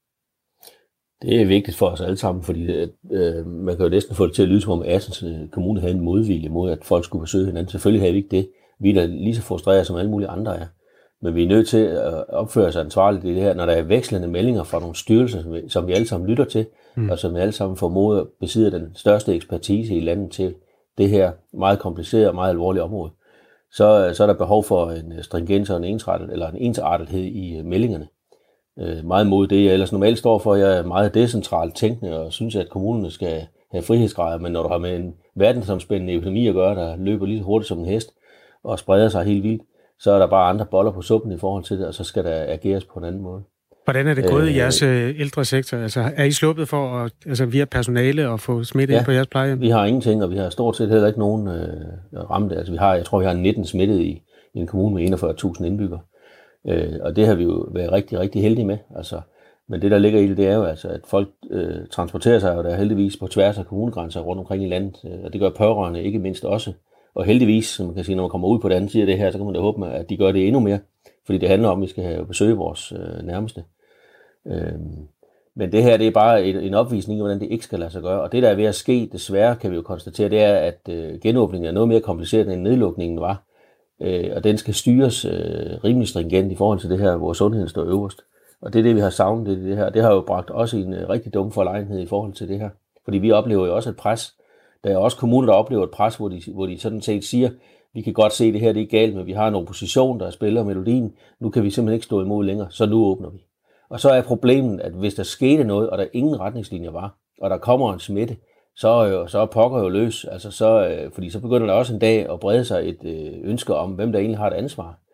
Det er vigtigt for os alle sammen, fordi det, øh, man kan jo næsten få det til at lyde som om Assens Kommune havde en modvilje mod, at folk skulle besøge hinanden. Selvfølgelig havde vi ikke det. Vi er da lige så frustrerede, som alle mulige andre er. Men vi er nødt til at opføre sig ansvarligt i det her, når der er vekslende meldinger fra nogle styrelser, som vi, som vi alle sammen lytter til, mm. og som vi alle sammen formodder besidder den største ekspertise i landet til det her meget komplicerede og meget alvorlige område. Så, så er der behov for en stringens og en ensrettet, eller en ensartethed i meldingerne. Øh, meget mod det, jeg ellers normalt står for. Jeg er meget decentralt tænkende og synes, at kommunerne skal have frihedsgrader, men når du har med en verdensomspændende økonomi at gøre, der løber lige så hurtigt som en hest og spreder sig helt vildt, så er der bare andre boller på suppen i forhold til det, og så skal der ageres på en anden måde. Hvordan er det gået øh, i jeres ældre sektor? Altså, er I sluppet for at, altså, via personale at få smitte ja, ind på jeres plejehjem? Vi har ingenting, og vi har stort set heller ikke nogen øh, ramt. Altså, vi har, jeg tror, vi har nitten smittet i, i en kommune med enogfyrre tusind indbyggere. Øh, og det har vi jo været rigtig, rigtig heldige med. Altså, men det, der ligger i det, det er jo, altså, at folk øh, transporterer sig jo der heldigvis på tværs af kommunegrænser rundt omkring i landet. Og det gør pårørende ikke mindst også. Og heldigvis, som man kan sige, når man kommer ud på den anden side af det her, så kan man da håbe, at de gør det endnu mere. Fordi det handler om, at vi skal have besøge vores øh, nærmeste. Øhm, men det her, det er bare et, en opvisning af, hvordan det ikke skal lade sig gøre. Og det, der er ved at ske, desværre kan vi jo konstatere, det er, at øh, genåbningen er noget mere kompliceret, end nedlukningen var. Øh, og den skal styres øh, rimelig stringent i forhold til det her, hvor sundheden står øverst. Og det er det, vi har savnet i det her. Det har jo bragt også en øh, rigtig dum forlegenhed i forhold til det her. Fordi vi oplever jo også et pres. Der er også kommuner, der oplever et pres, hvor de, hvor de sådan set siger, vi kan godt se, at det her det er galt, men vi har en opposition, der spiller melodien. Nu kan vi simpelthen ikke stå imod længere, så nu åbner vi. Og så er problemet, at hvis der skete noget, og der ingen retningslinjer var, og der kommer en smitte, så, så er pokker jo løs. Altså så, fordi så begynder der også en dag at brede sig et ønske om, hvem der egentlig har et ansvar.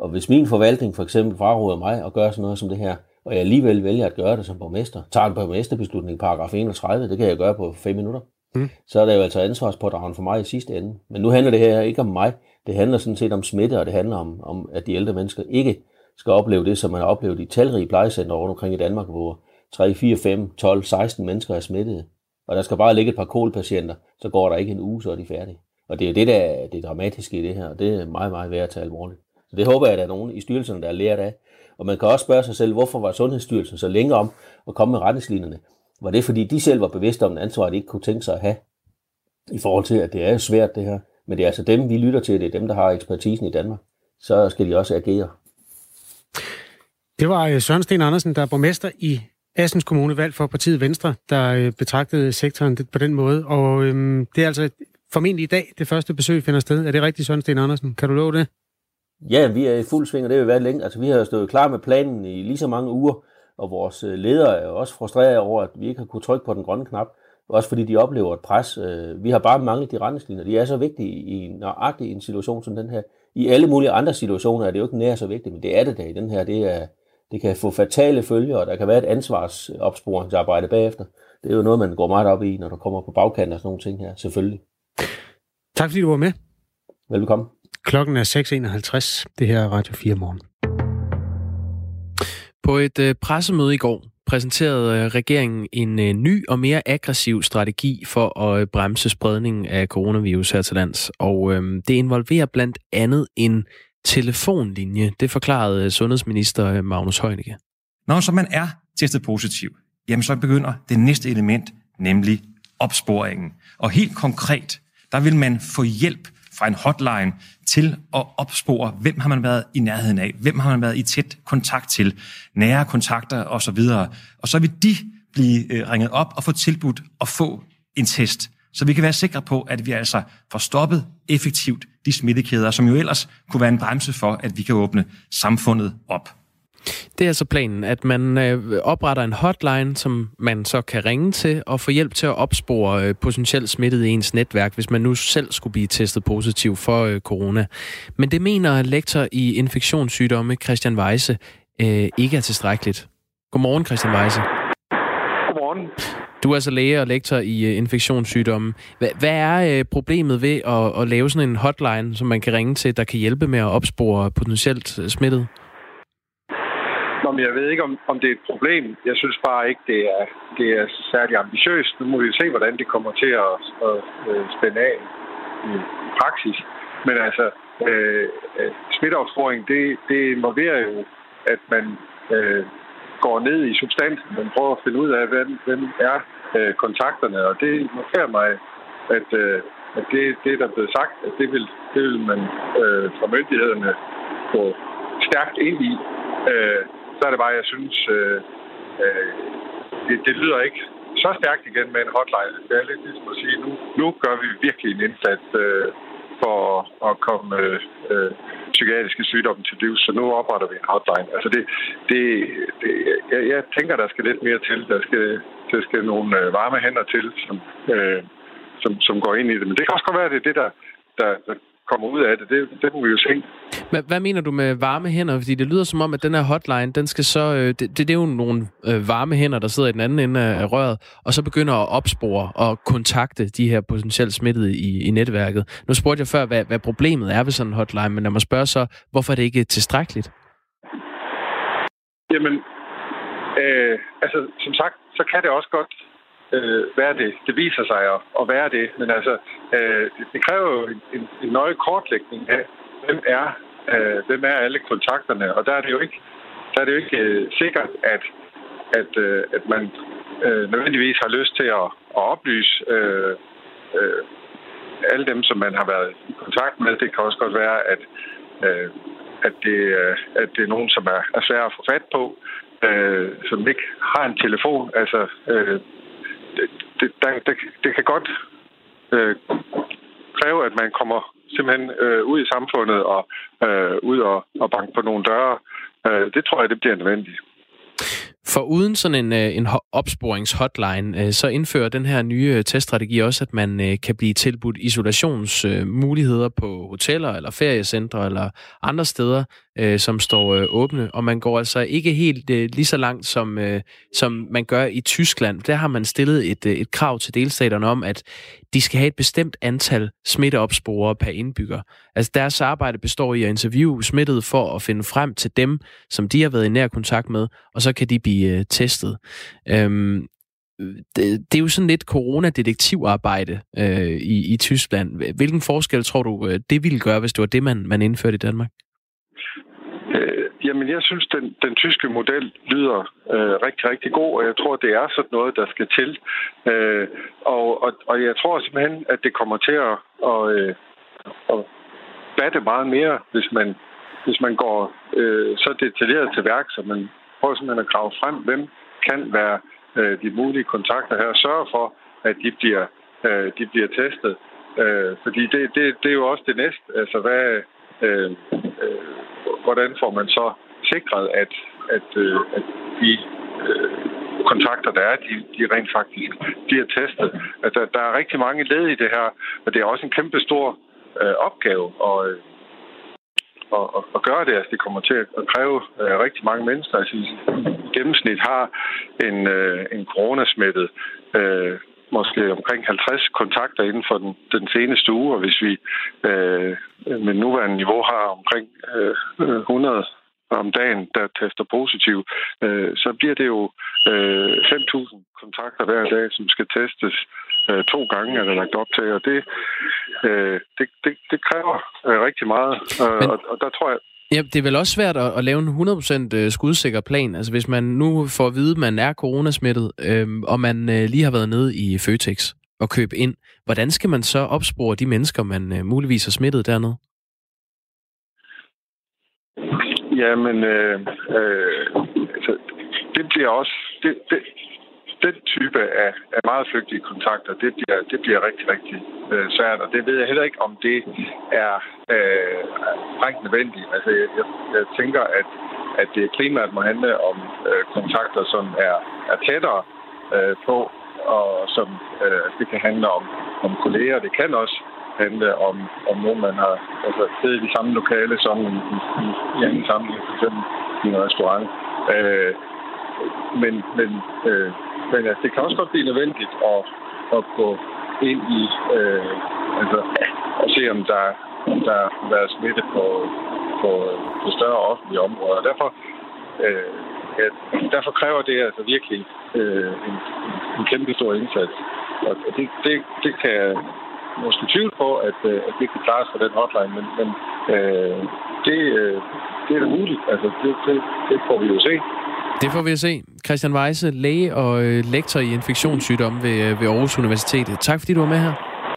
Og hvis min forvaltning for eksempel fraråder mig at gøre sådan noget som det her, og jeg alligevel vælger at gøre det som borgmester, tager en borgmesterbeslutning, paragraf enogtredive, det kan jeg gøre på fem minutter, mm. så er det jo altså ansvarspådragende for mig i sidste ende. Men nu handler det her ikke om mig, det handler sådan set om smitte, og det handler om, om at de ældre mennesker ikke skal opleve det, som man har oplevet i talrige plejecenter rundt omkring i Danmark, hvor tre, fire, fem, tolv, seksten mennesker er smittede. Og der skal bare ligge et par kålpatienter, så går der ikke en uge, så er de færdige. Og det er jo det, der er det dramatiske i det her, og det er meget, meget værd at tage alvorligt. Så det håber jeg, at der er nogen i styrelserne, der er lært af. Og man kan også spørge sig selv, hvorfor var Sundhedsstyrelsen så længe om at komme med retningslinjerne? Var det, fordi de selv var bevidste om en ansvar, de ikke kunne tænke sig at have, i forhold til, at det er svært det her? Men det er altså dem, vi lytter til, det er dem, der har ekspertisen i Danmark. Så skal de også agere. Det var Søren Sten Andersen, der er borgmester i Assens Kommune, valgt for partiet Venstre, der betragtede sektoren på den måde. Og øhm, det er altså formentlig i dag, det første besøg finder sted. Er det rigtigt, Søren Sten Andersen? Kan du love det? Ja, vi er i fuld sving, og det har været længe. Altså, vi har stået klar med planen i lige så mange uger, og vores ledere er også frustreret over, at vi ikke har kunnet trykke på den grønne knap. Også fordi de oplever et pres. Vi har bare manglet de retningslinjer. De er så vigtige i nøjagtig en situation som den her. I alle mulige andre situationer er det jo ikke nær så vigtigt, men det er det da i den her. Det, er, det kan få fatale følger, og der kan være et ansvarsopsporingsarbejde bagefter. Det er jo noget, man går meget op i, når der kommer på bagkanten og sådan nogle ting her, selvfølgelig. Tak fordi du var med. Velkommen. Klokken er seks enoghalvtreds. Det her er Radio fire Morgen. På et øh, pressemøde i går præsenterede øh, regeringen en øh, ny og mere aggressiv strategi for at øh, bremse spredningen af coronavirus her til lands. Og øh, det involverer blandt andet en telefonlinje. Det forklarede øh, sundhedsminister øh, Magnus Heunicke. Når så man er testet positiv, jamen så begynder det næste element, nemlig opsporingen. Og helt konkret, der vil man få hjælp fra en hotline til at opspore, hvem har man været i nærheden af, hvem har man været i tæt kontakt til, nære kontakter osv. Og så vil de blive ringet op og få tilbudt at få en test, så vi kan være sikre på, at vi altså får stoppet effektivt de smittekæder, som jo ellers kunne være en bremse for, at vi kan åbne samfundet op. Det er altså planen, at man øh, opretter en hotline, som man så kan ringe til og få hjælp til at opspore øh, potentielt smittet i ens netværk, hvis man nu selv skulle blive testet positiv for øh, corona. Men det mener lektor i infektionssygdomme Christian Weise øh, ikke er tilstrækkeligt. Godmorgen, Christian Weise. Godmorgen. Du er altså læge og lektor i øh, infektionssygdomme. Hvad, hvad er øh, problemet ved at, at lave sådan en hotline, som man kan ringe til, der kan hjælpe med at opspore potentielt øh, smittet? Nå, men jeg ved ikke, om, om det er et problem. Jeg synes bare ikke, det er, det er særlig ambitiøst. Nu må vi se, hvordan det kommer til at, at, at spænde af i, i praksis. Men altså, øh, smitteopsporing, det, det involverer jo, at man øh, går ned i substansen. Man prøver at finde ud af, hvem, hvem er øh, kontakterne. Og det noterer mig, at, øh, at det, det, der er blevet sagt, at det vil, det vil man øh, fra myndighederne gå stærkt ind i. Øh, Så er det bare, jeg synes, øh, øh, det, det lyder ikke så stærkt igen med en hotline. Det er lidt ligesom at sige, nu, nu gør vi virkelig en indsats øh, for at komme øh, psykiatriske sygdomme til livs, så nu opretter vi en hotline. Altså det, det, det jeg, jeg tænker, der skal lidt mere til. Der skal, der skal nogle øh, varme hænder til, som, øh, som, som går ind i det. Men det kan også godt være, at det er det, der, der, der kommer ud af det. Det, det må vi jo se. Hvad, hvad mener du med varme hænder? Fordi det lyder som om, at den her hotline, den skal så, øh, det, det, det er jo nogle øh, varme hænder, der sidder i den anden ende af, af røret, og så begynder at opspore og kontakte de her potentielt smittede i, i netværket. Nu spurgte jeg før, hvad, hvad problemet er ved sådan en hotline, men lad mig spørge så, hvorfor er det ikke tilstrækkeligt? Jamen, øh, altså som sagt, så kan det også godt øh, være det. Det viser sig at, at være det, men altså, øh, det, det kræver jo en, en, en nøje kortlægning af, hvem er Øh, hvem er alle kontakterne, og der er det jo ikke, der er det jo ikke øh, sikkert, at, at, øh, at man øh, nødvendigvis har lyst til at, at oplyse øh, øh, alle dem, som man har været i kontakt med. Det kan også godt være, at, øh, at, det, øh, at det er nogen, som er, er svære at få fat på, øh, som ikke har en telefon. Altså, øh, det, det, der, det, det kan godt øh, kræve, at man kommer simpelthen øh, ud i samfundet og øh, ud og, og banke på nogle døre. Øh, det tror jeg, det bliver nødvendigt. For uden sådan en, en opsporingshotline, så indfører den her nye teststrategi også, at man kan blive tilbudt isolationsmuligheder på hoteller eller feriecentre eller andre steder, øh, som står øh, åbne, og man går altså ikke helt øh, lige så langt, som, øh, som man gør i Tyskland. Der har man stillet et, øh, et krav til delstaterne om, at de skal have et bestemt antal smitteopsporere per indbygger. Altså deres arbejde består i at interviewe smittede for at finde frem til dem, som de har været i nær kontakt med, og så kan de blive øh, testet. Øhm, det, det er jo sådan lidt coronadetektivarbejde øh, i, i Tyskland. Hvilken forskel tror du, det ville gøre, hvis det var det, man, man indførte i Danmark? Øh, jamen, jeg synes, den, den tyske model lyder øh, rigtig, rigtig god, og jeg tror, det er sådan noget, der skal til. Øh, og, og, og jeg tror simpelthen, at det kommer til at, at, øh, at batte meget mere, hvis man, hvis man går øh, så detaljeret til værk, så man prøver simpelthen at grave frem, hvem kan være øh, de mulige kontakter her, og sørge for, at de bliver, øh, de bliver testet. Øh, fordi det, det, det er jo også det næste. Altså, hvad... Øh, øh, hvordan får man så sikret, at, at, øh, at de øh, kontakter, der er, de, de rent faktisk bliver testet. Altså, der er rigtig mange led i det her, og det er også en kæmpe stor øh, opgave at, øh, at, at gøre det. Altså, det kommer til at kræve øh, rigtig mange mennesker. Altså, i gennemsnit har en, øh, en coronasmittet øh, måske omkring halvtreds kontakter inden for den, den seneste uge, og hvis vi øh, med nuværende niveau har omkring øh, hundrede om dagen, der tester positiv, øh, så bliver det jo øh, fem tusind kontakter hver dag, som skal testes øh, to gange, er der lagt op til, og det, øh, det, det, det kræver øh, rigtig meget, øh, Men... og, og der tror jeg, ja, det er vel også svært at, at lave en hundrede procent skudsikker plan. Altså hvis man nu får at vide, at man er coronasmittet, øh, og man øh, lige har været nede i Føtex og købe ind, hvordan skal man så opspore de mennesker, man øh, muligvis har smittet dernede? Jamen, øh, øh, altså, det bliver også... Det, det, den type af, af meget flygtige kontakter, det bliver, det bliver rigtig, rigtig øh, svært, og det ved jeg heller ikke, om det er øh, strengt nødvendigt. Altså, jeg, jeg, jeg tænker, at, at det primært må handle om øh, kontakter, som er, er tættere øh, på, og som øh, det kan handle om, om kolleger. Det kan også handle om, om nogen, man har altså, siddet i de samme lokale som i, i, i anden sammenhæng, for eksempel i en restaurant. Øh, men men øh, Men altså, det kan også godt blive nødvendigt at, at gå ind i, øh, altså, og se, om der, der har været smitte på, på, på større offentlige områder. Og derfor, øh, ja, derfor kræver det altså virkelig øh, en, en kæmpe stor indsats. Og det, det, det kan jeg måske tvivle på, at, at det kan klares for den hotline, men, men øh, det, øh, det er da muligt. Altså, det, det, det får vi jo se. Det får vi at se. Christian Weise, læge og øh, lektor i infektionssygdomme ved, ved Aarhus Universitet. Tak fordi du var med her.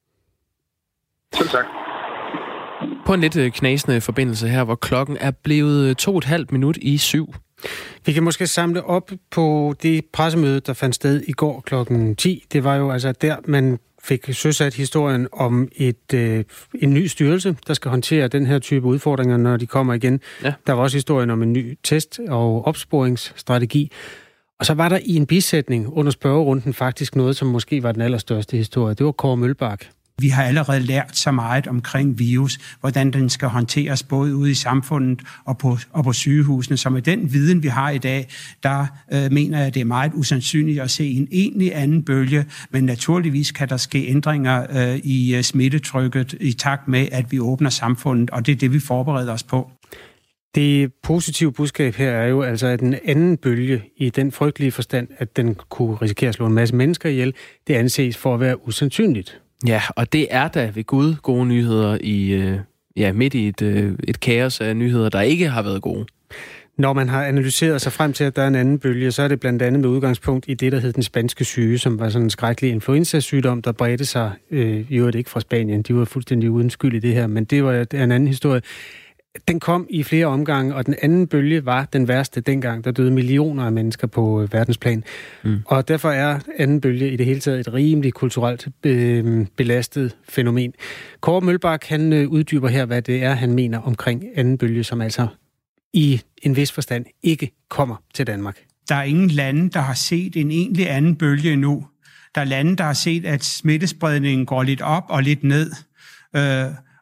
Selv tak. På en lidt knasende forbindelse her, hvor klokken er blevet to og et halvt minut i syv. Vi kan måske samle op på det pressemøde, der fandt sted i går klokken ti. Det var jo altså der, man fik søsat historien om et, øh, en ny styrelse, der skal håndtere den her type udfordringer, når de kommer igen. Ja. Der var også historien om en ny test- og opsporingsstrategi. Og så var der i en bisætning under spørgerunden faktisk noget, som måske var den allerstørste historie. Det var Kåre Mølbak. Vi har allerede lært så meget omkring virus, hvordan den skal håndteres både ude i samfundet og på, og på sygehusene. Så med den viden, vi har i dag, der øh, mener jeg, at det er meget usandsynligt at se en egentlig anden bølge, men naturligvis kan der ske ændringer øh, i smittetrykket i takt med, at vi åbner samfundet, og det er det, vi forbereder os på. Det positive budskab her er jo altså, at den anden bølge i den frygtelige forstand, at den kunne risikere at slå en masse mennesker ihjel, det anses for at være usandsynligt. Ja, og det er da ved Gud gode nyheder i øh, ja, midt i et, øh, et kaos af nyheder, der ikke har været gode. Når man har analyseret sig frem til, at der er en anden bølge, så er det blandt andet med udgangspunkt i det, der hed den spanske syge, som var sådan en skrækkelig influenza-sygdom, der bredte sig øh, i øvrigt ikke fra Spanien. De var fuldstændig uden skyld i det her, men det var en anden historie. Den kom i flere omgange, og den anden bølge var den værste dengang. Der døde millioner af mennesker på verdensplan. Mm. Og derfor er anden bølge i det hele taget et rimelig kulturelt be- belastet fænomen. Kåre Mølbak, han uddyber her, hvad det er, han mener omkring anden bølge, som altså i en vis forstand ikke kommer til Danmark. Der er ingen lande, der har set en egentlig anden bølge endnu. Der er lande, der har set, at smittespredningen går lidt op og lidt ned. Øh,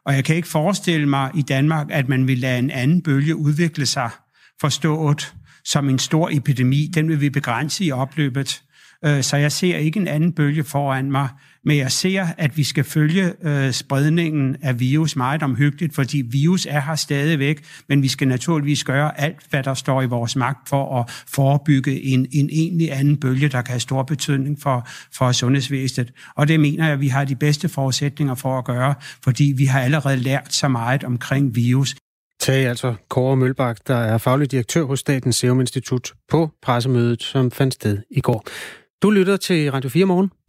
Og jeg kan ikke forestille mig i Danmark, at man vil lade en anden bølge udvikle sig, forstået som en stor epidemi. Den vil vi begrænse i opløbet. Så jeg ser ikke en anden bølge foran mig, men jeg ser, at vi skal følge øh, spredningen af virus meget omhyggeligt, fordi virus er her stadigvæk, men vi skal naturligvis gøre alt, hvad der står i vores magt for at forebygge en, en egentlig anden bølge, der kan have stor betydning for, for sundhedsvæsenet. Og det mener jeg, at vi har de bedste forudsætninger for at gøre, fordi vi har allerede lært så meget omkring virus. Tag altså Kåre Mølbak, der er faglig direktør hos Statens Serum Institut, på pressemødet, som fandt sted i går. Du lytter til Radio fire Morgen.